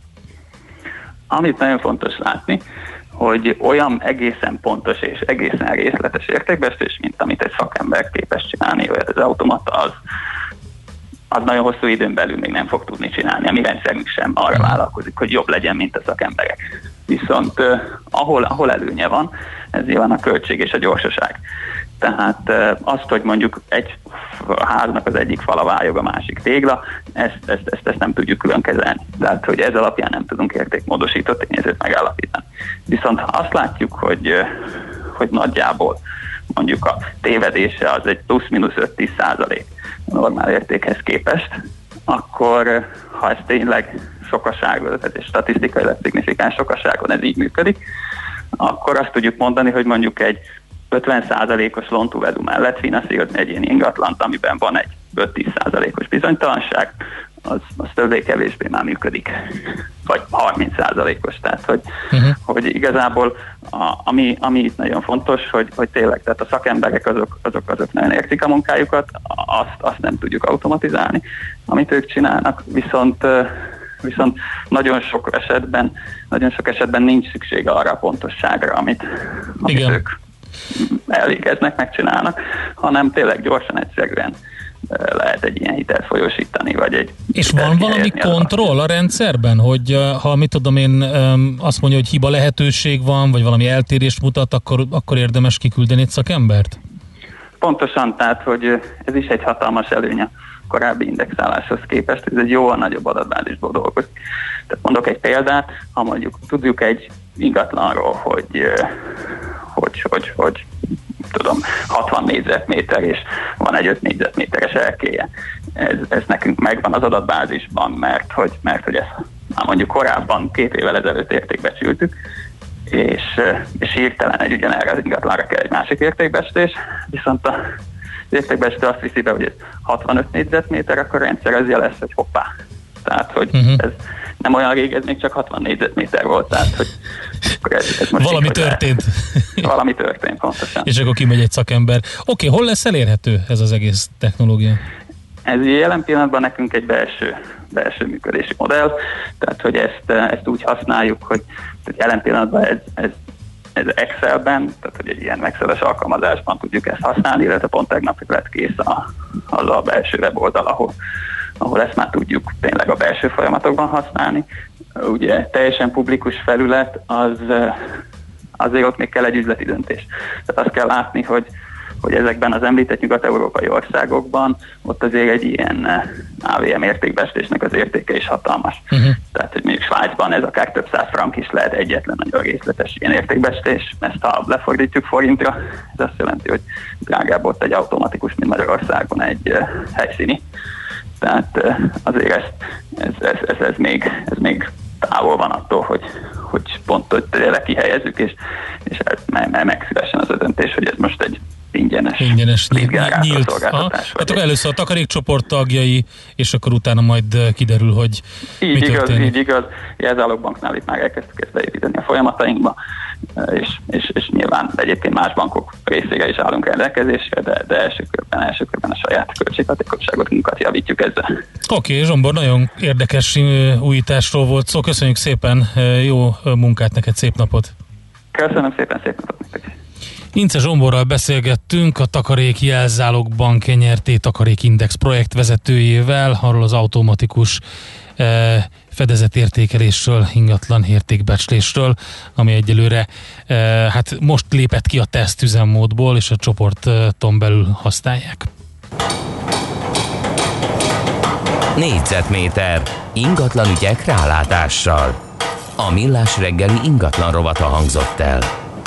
Amit nagyon fontos látni, hogy olyan egészen pontos és egészen részletes értékbeestés, mint amit egy szakember képes csinálni, vagy az automata, az nagyon hosszú időn belül még nem fog tudni csinálni. A mi rendszerünk sem arra vállalkozik, hogy jobb legyen, mint a szakemberek. Viszont ahol előnye van, ez nyilván a költség és a gyorsaság. Tehát azt, hogy mondjuk egy háznak az egyik fala vályog, a másik tégla, ezt nem tudjuk külön kezelni. Tehát, hogy ez alapján nem tudunk értékmódosított tényezőt megállapítani. Viszont azt látjuk, hogy nagyjából mondjuk a tévedése az egy plusz-minusz 5-10% a normál értékhez képest, akkor ha ez tényleg sokaságon, tehát egy statisztikailag szignifikáns sokaságon ez így működik, akkor azt tudjuk mondani, hogy mondjuk egy 50%-os loan-to-value mellett finanszírozni egy ilyen ingatlant, amiben van egy 5-10%-os bizonytalanság, az többé-kevésbé már működik. Vagy 30%-os. Tehát, hogy igazából ami itt nagyon fontos, hogy tényleg, tehát a szakemberek azok nagyon értik a munkájukat, azt nem tudjuk automatizálni, amit ők csinálnak, viszont nagyon sok esetben nincs szükség arra a pontosságra, amit ők elvégeznek, megcsinálnak, hanem tényleg gyorsan, egyszerűen lehet egy ilyen hitelt folyósítani, vagy egy... És van valami kontroll a rendszerben, hogy ha mit tudom én azt mondja, hogy hiba lehetőség van, vagy valami eltérést mutat, akkor érdemes kiküldeni egy szakembert? Pontosan, tehát, hogy ez is egy hatalmas előny a korábbi indexáláshoz képest, ez egy jóval nagyobb adatbázisból dolgozik. Tehát mondok egy példát, ha mondjuk tudjuk egy ingatlanról, hogy tudom, 60 négyzetméter, és van egy 5 négyzetméteres erkélye. Ez nekünk megvan az adatbázisban, mert hogy ezt már mondjuk korábban 2 évvel ezelőtt értékbecsültük, és hirtelen egy ugyanerre az ingatlanra kell egy másik értékbecsülés, viszont az értékbecsülő azt viszi be, hogy ez 65 négyzetméter, akkor a rendszer az jelez, hogy hoppá. Tehát, hogy ez nem olyan rég, ez még csak 60 négyzetméter volt, tehát, hogy ez most valami történt. Valami történt, pontosan. És akkor kimegy egy szakember. Oké, hol lesz elérhető ez az egész technológia? Ez jelen pillanatban nekünk egy belső működési modell, tehát, hogy ezt úgy használjuk, hogy jelen pillanatban ez Excelben, tehát hogy egy ilyen Excel-es alkalmazásban tudjuk ezt használni, illetve pont tegnap lett kész az a belső weboldal, ahol ezt már tudjuk tényleg a belső folyamatokban használni. Ugye teljesen publikus felület, azért ott még kell egy üzleti döntés. Tehát azt kell látni, hogy ezekben az említett nyugat-európai országokban ott azért egy ilyen AVM értékbeesésnek az értéke is hatalmas. Tehát, hogy mondjuk Svájcban ez akár több 100 frank is lehet egyetlen nagyon részletes ilyen értékbeesés. Ezt ha lefordítjuk forintra, ez azt jelenti, hogy drágább ott egy automatikus, mint Magyarországon egy helyszíni. Tehát azért ez még távol van attól, hogy pont hogy tényleg kihelyezzük, és megszülessen az a döntés, hogy ez most egy ingyenes nyílt szolgáltatás. Hát akkor először a takarékcsoport tagjai, és akkor utána majd kiderül, hogy mi történik. Így igaz. Jelzálogbanknál itt már elkezdtük ezt beépíteni a folyamatainkba, és nyilván egyébként más bankok részére is állunk rendelkezésre, de első körben a saját költséghatékonyságunkat javítjuk ezzel. Oké, Zsombor, nagyon érdekes újításról volt szó. Köszönjük szépen, jó munkát neked, szép napot! Köszönöm szépen, szép napot nektek! Ince Zsomborral beszélgettünk, a Takarék Jelzálogbank NRT Takarékindex projektvezetőjével, arról az automatikus fedezetértékelésről, ingatlan értékbecslésről, ami egyelőre hát most lépett ki a tesztüzemmódból, és a csoporton belül használják. Négyzetméter ingatlan ügyek rálátással. A Millás reggeli ingatlan rovata hangzott el.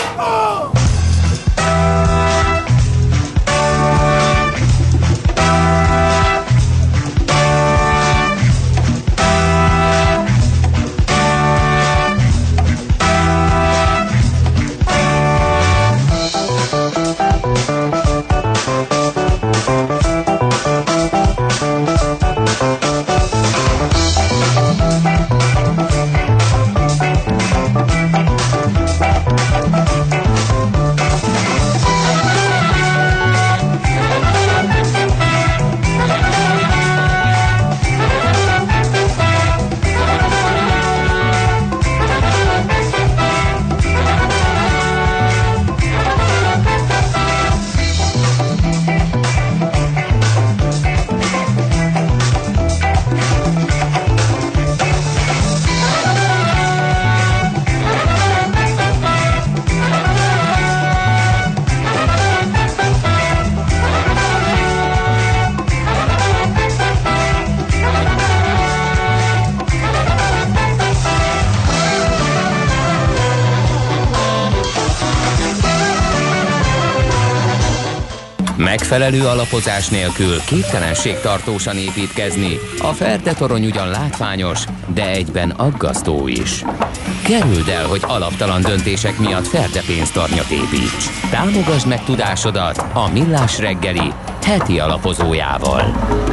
Megfelelő alapozás nélkül képtelenség tartósan építkezni. A Ferde-torony ugyan látványos, de egyben aggasztó is. Kerüld el, hogy alaptalan döntések miatt Ferde pénztarnyat építs. Támogasd meg tudásodat a Millás reggeli heti alapozójával.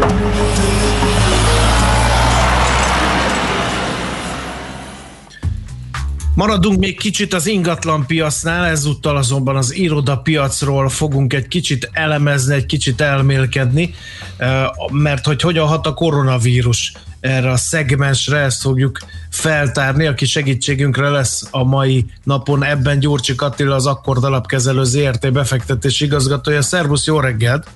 Maradunk még kicsit az ingatlan piacnál, ezúttal azonban az irodapiacról fogunk egy kicsit elemezni, egy kicsit elmélkedni, mert hogy hogyan hat a koronavírus erre a szegmensre, ezt fogjuk feltárni. Aki segítségünkre lesz a mai napon, ebben Gyurcsik Attila, az Akkord Alapkezelő ZRT befektetési igazgatója. Szervusz, jó reggelt!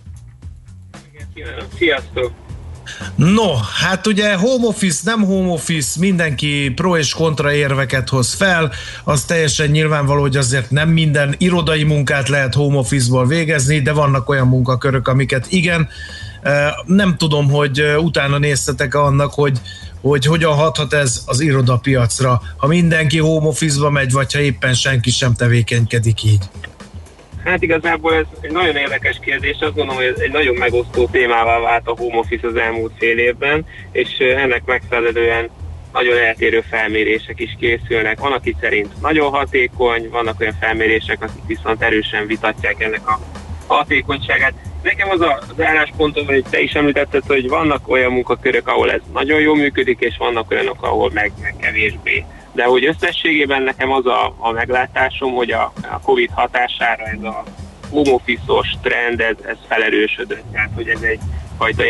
Sziasztok! No, hát ugye home office, nem home office, mindenki pro és kontra érveket hoz fel, az teljesen nyilvánvaló, hogy azért nem minden irodai munkát lehet home office-ból végezni, de vannak olyan munkakörök, amiket igen. Nem tudom, hogy utána néztetek annak, hogy hogyan hathat ez az irodapiacra, ha mindenki home office-ba megy, vagy ha éppen senki sem tevékenykedik így. Hát igazából ez egy nagyon érdekes kérdés, azt gondolom, hogy ez egy nagyon megosztó témává vált a home office az elmúlt fél évben, és ennek megfelelően nagyon eltérő felmérések is készülnek. Van, aki szerint nagyon hatékony, vannak olyan felmérések, akik viszont erősen vitatják ennek a hatékonyságát. Nekem az álláspontom, hogy te is említetted, hogy vannak olyan munkakörök, ahol ez nagyon jól működik, és vannak olyanok, ahol meg kevésbé. De hogy összességében nekem az a meglátásom, hogy a Covid hatására ez a home office-os trend, ez felerősödött. Tehát, hogy ez egy fajta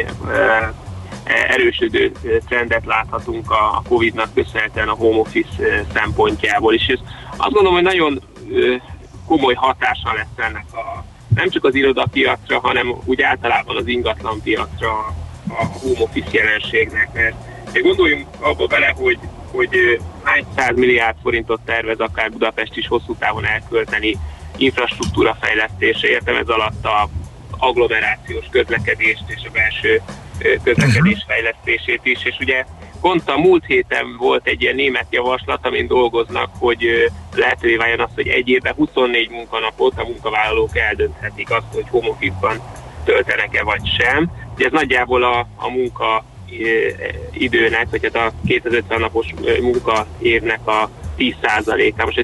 erősödő trendet láthatunk a Covid-nak köszönhetően a home office szempontjából is. És azt gondolom, hogy nagyon komoly hatása lesz ennek nem csak az irodapiacra, hanem úgy általában az ingatlanpiacra a home office jelenségnek. Mert gondoljunk abba bele, hogy hány 100 milliárd forintot tervez akár Budapest is hosszú távon elkölteni infrastruktúra fejlesztése, értem ez alatt a agglomerációs közlekedést és a belső közlekedés fejlesztését is, és ugye pont a múlt héten volt egy ilyen német javaslat, amin dolgoznak, hogy lehetővé váljon az, hogy egy évben 24 munkanapot a munkavállalók eldönthetik azt, hogy home office-ban töltenek-e vagy sem. Ugye ez nagyjából a munka időnek, vagy hát a 250 napos munkaévnek a 10%-a. Most a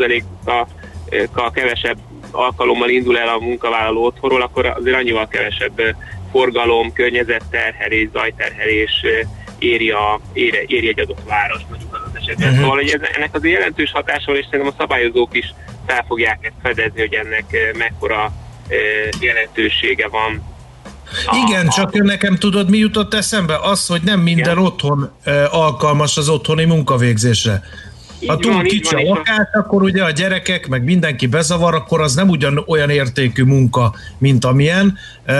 10%-a kevesebb alkalommal indul el a munkavállaló otthonról, akkor azért annyival kevesebb forgalom, környezetterhelés, zajterhelés éri egy adott város, mondjuk az esetben. Szóval, hogy ennek az jelentős hatásával, és szerintem a szabályozók is fel fogják ezt fedezni, hogy ennek mekkora jelentősége van. Igen, csak nekem tudod, mi jutott eszembe? Az, hogy nem minden otthon alkalmas az otthoni munkavégzésre. Ha túl kicsi a lakás, akkor ugye a gyerekek, meg mindenki bezavar, akkor az nem olyan értékű munka, mint amilyen.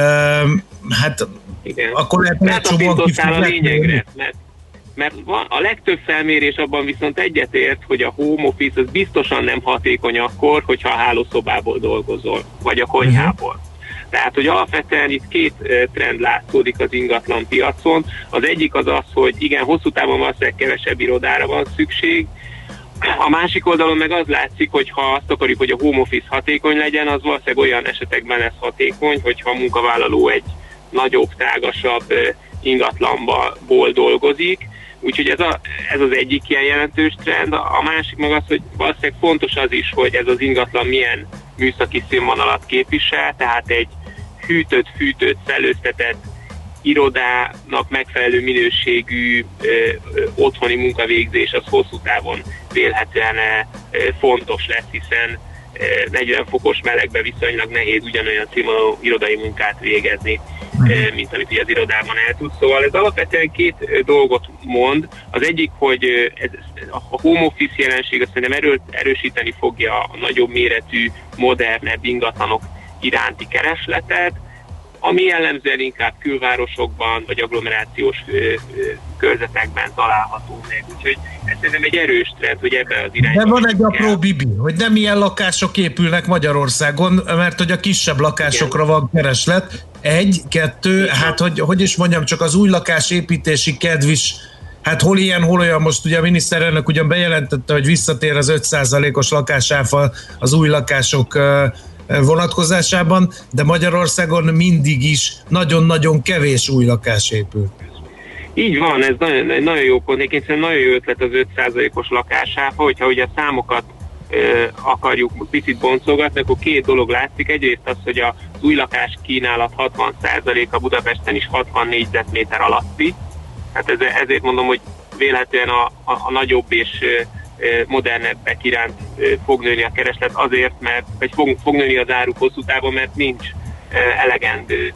Hát igen. Akkor lehet rátapintottál a lényegre, mert a legtöbb felmérés abban viszont egyetért, hogy a home office az biztosan nem hatékony akkor, hogyha a hálószobából dolgozol, vagy a konyhából. Tehát, hogy alapvetően itt két trend látszódik az ingatlan piacon. Az egyik az az, hogy igen, hosszú távon valószínűleg kevesebb irodára van szükség. A másik oldalon meg az látszik, hogy ha azt akarjuk, hogy a home office hatékony legyen, az valószínűleg olyan esetekben lesz hatékony, hogyha a munkavállaló egy nagyobb, tágasabb ingatlanból dolgozik. Úgyhogy ez az egyik ilyen jelentős trend. A másik meg az, hogy valószínűleg fontos az is, hogy ez az ingatlan milyen műszaki színvonalat képvisel, tehát egy hűtött, szellőztetett irodának megfelelő minőségű otthoni munkavégzés az hosszú távon vélhetően fontos lesz, hiszen 40 fokos melegben viszonylag nehéz ugyanolyan színvonalú irodai munkát végezni, mint amit ugye az irodában el tud. Szóval ez alapvetően két dolgot mond. Az egyik, hogy a home office jelenség azt szerintem erősíteni fogja a nagyobb méretű, modernebb ingatlanok iránti keresletet, ami jellemzően inkább külvárosokban vagy agglomerációs körzetekben található meg. Úgyhogy ez szerintem egy erős trend, hogy ebben az irányban. De van egy apró bibi, hogy nem ilyen lakások épülnek Magyarországon, mert hogy a kisebb lakásokra van kereslet. 1, 2, hát hogy is mondjam, csak az új lakásépítési kedv is, hát hol ilyen, hol olyan. Most ugye a miniszterelnök ugyan bejelentette, hogy visszatér az 5%-os lakásáfa az új lakások vonatkozásában, de Magyarországon mindig is nagyon-nagyon kevés új lakás épült. Így van, ez nagyon jó pont. Egyébként nagyon jó ötlet az 5%-os lakásáfa, hogyha ugye a számokat akarjuk picit boncolgatni, akkor két dolog látszik. Egyrészt az, hogy az új lakás kínálat 60%-a Budapesten is 60 négyzetméter alatti. Hát ezért mondom, hogy vélhetően a nagyobb és modernebbek iránt fog nőni a kereslet azért, vagy fog nőni az áruk hosszú távon, mert nincs elegendő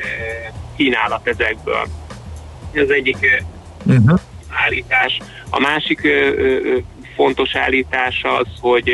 kínálat ezekből. Ez az egyik állítás. A másik fontos állítás az,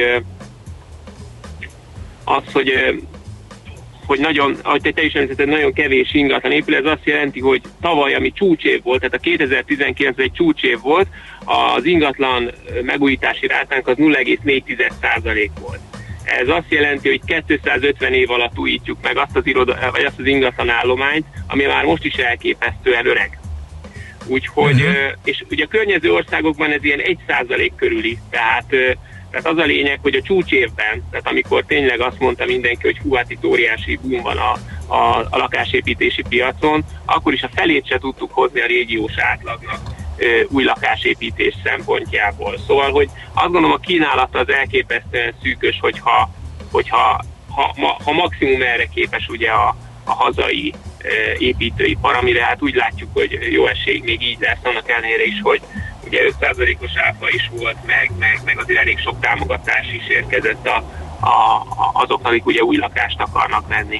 hogy nagyon, ahogy te is említetted, nagyon kevés ingatlan épül. Ez azt jelenti, hogy tavaly, ami csúcsév volt, tehát a 2019 egy csúcsév volt, az ingatlan megújítási rátánk az 0,4% volt. Ez azt jelenti, hogy 250 év alatt újítjuk meg azt az ingatlan állományt, ami már most is elképesztően öreg. Úgyhogy, és ugye a környező országokban ez ilyen 1% körüli, tehát az a lényeg, hogy a csúcsévben, tehát amikor tényleg azt mondta mindenki, hogy hú, hát itt óriási boom van a lakásépítési piacon, akkor is a felét se tudtuk hozni a régiós átlagnak új lakásépítés szempontjából. Szóval, hogy azt gondolom, a kínálat az elképesztően szűkös, hogyha maximum erre képes ugye a hazai építőipar, amire hát úgy látjuk, hogy jó esély még így lesz, annak ellenére is, hogy ugye 5%-os áfa is volt, meg azért elég sok támogatás is érkezett azoknak, akik ugye új lakást akarnak venni.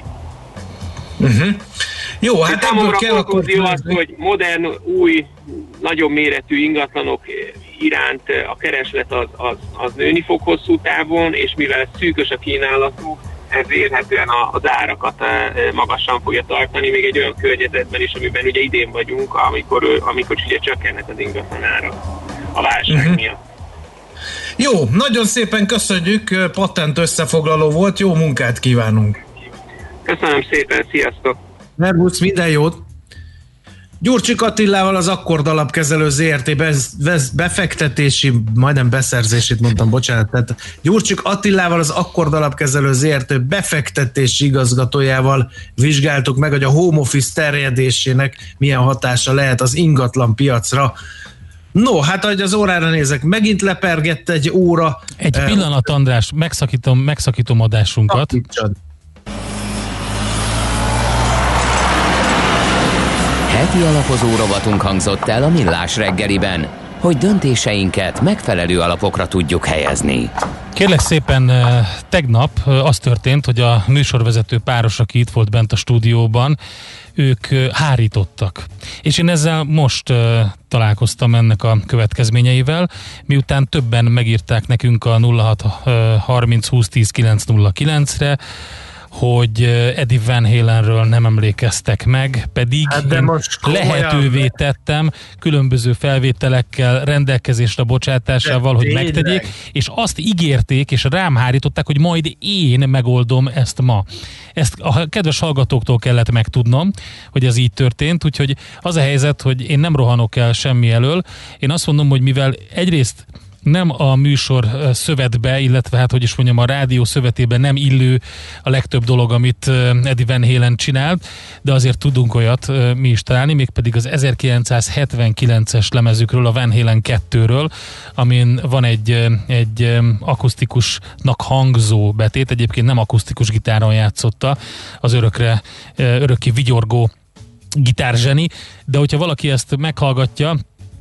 Jó, hát ebből kell akkor az, hogy modern, új, nagyobb méretű ingatlanok iránt a kereslet az nőni fog hosszú távon, és mivel szűkös a kínálatuk, ez érhetően az árakat magasan fogja tartani, még egy olyan környezetben is, amiben ugye idén vagyunk, amikor ugye csökkennek az ingatlan árak a válság miatt. Jó, nagyon szépen köszönjük, patent összefoglaló volt, jó munkát kívánunk! Köszönöm szépen, sziasztok! Nervusz, minden jót! Gyurcsik Attilával, az Akkord Alapkezelő ZRT befektetési, majdnem beszerzését mondtam, bocsánat, tehát Gyurcsik Attilával, az Akkord Alapkezelő ZRT befektetési igazgatójával vizsgáltuk meg, hogy a home office terjedésének milyen hatása lehet az ingatlan piacra. No, hát ahogy az órára nézek, megint lepergett egy óra. Egy pillanat, András, megszakítom adásunkat. Szakítsad. Heti alapozó rovatunk hangzott el a Millás reggeliben. hogy döntéseinket megfelelő alapokra tudjuk helyezni. Kérlek szépen, tegnap az történt, hogy a műsorvezető páros, aki itt volt bent a stúdióban, ők hárítottak. És én ezzel most találkoztam ennek a következményeivel, miután többen megírták nekünk a 0630 20 10 909-re, hogy Eddie Van Halenről nem emlékeztek meg, pedig lehetővé tettem különböző felvételekkel, rendelkezésre bocsátásával, hogy megtegyék, és azt ígérték, és rám hárították, hogy majd én megoldom ezt ma. Ezt a kedves hallgatóktól kellett megtudnom, hogy ez így történt, úgyhogy az a helyzet, hogy én nem rohanok el semmi elől. Én azt mondom, hogy mivel egyrészt nem a műsor szövetbe, illetve hát, hogy is mondjam, a rádió szövetében nem illő a legtöbb dolog, amit Eddie Van Halen csinált, de azért tudunk olyat mi is találni, mégpedig az 1979-es lemezükről, a Van Halen 2-ről, amin van egy akusztikusnak hangzó betét, egyébként nem akusztikus gitáron játszotta, az örökké vigyorgó gitárzseni, de hogyha valaki ezt meghallgatja,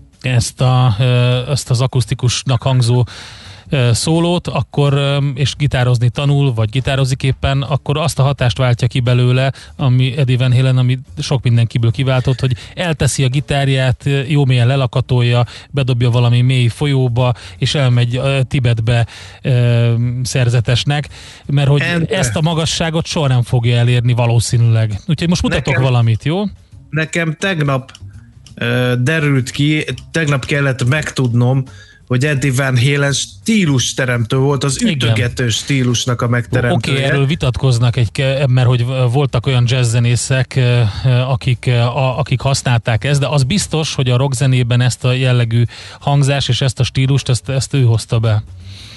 ezt az akusztikusnak hangzó szólót, akkor, és gitározni tanul, vagy gitározik éppen, akkor azt a hatást váltja ki belőle, ami Eddie Van Halen, ami sok mindenkiből kiváltott, hogy elteszi a gitárját, jó mélyen lelakatolja, bedobja valami mély folyóba, és elmegy Tibetbe szerzetesnek, mert hogy ezt a magasságot soha nem fogja elérni valószínűleg. Úgyhogy most mutatok valamit, jó? Nekem tegnap derült ki, tegnap kellett megtudnom, hogy Eddie Van Halen stílus teremtő volt, az ütögető stílusnak a megteremtője. Oké, erről vitatkoznak, mert hogy voltak olyan jazzzenészek, akik használták ezt, de az biztos, hogy a rockzenében ezt a jellegű hangzás és ezt a stílust, ezt ő hozta be.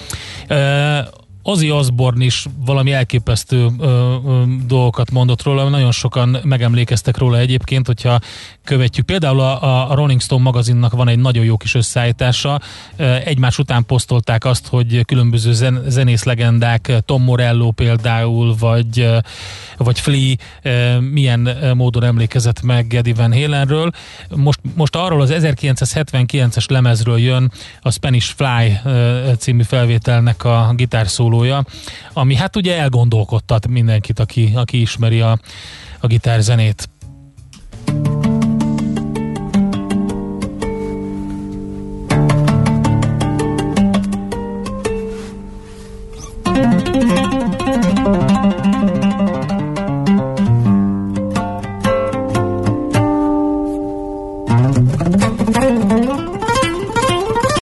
Ozzy Osbourne is valami elképesztő dolgokat mondott róla, nagyon sokan megemlékeztek róla egyébként, hogyha követjük. Például a Rolling Stone magazinnak van egy nagyon jó kis összeállítása, egymás után posztolták azt, hogy különböző zenészlegendák, Tom Morello például, vagy Flea milyen módon emlékezett meg Eddie Van Halenről. Most arról az 1979-es lemezről jön a Spanish Fly című felvételnek a gitárszólója, ami hát ugye elgondolkodtat mindenkit, aki ismeri a gitárzenét.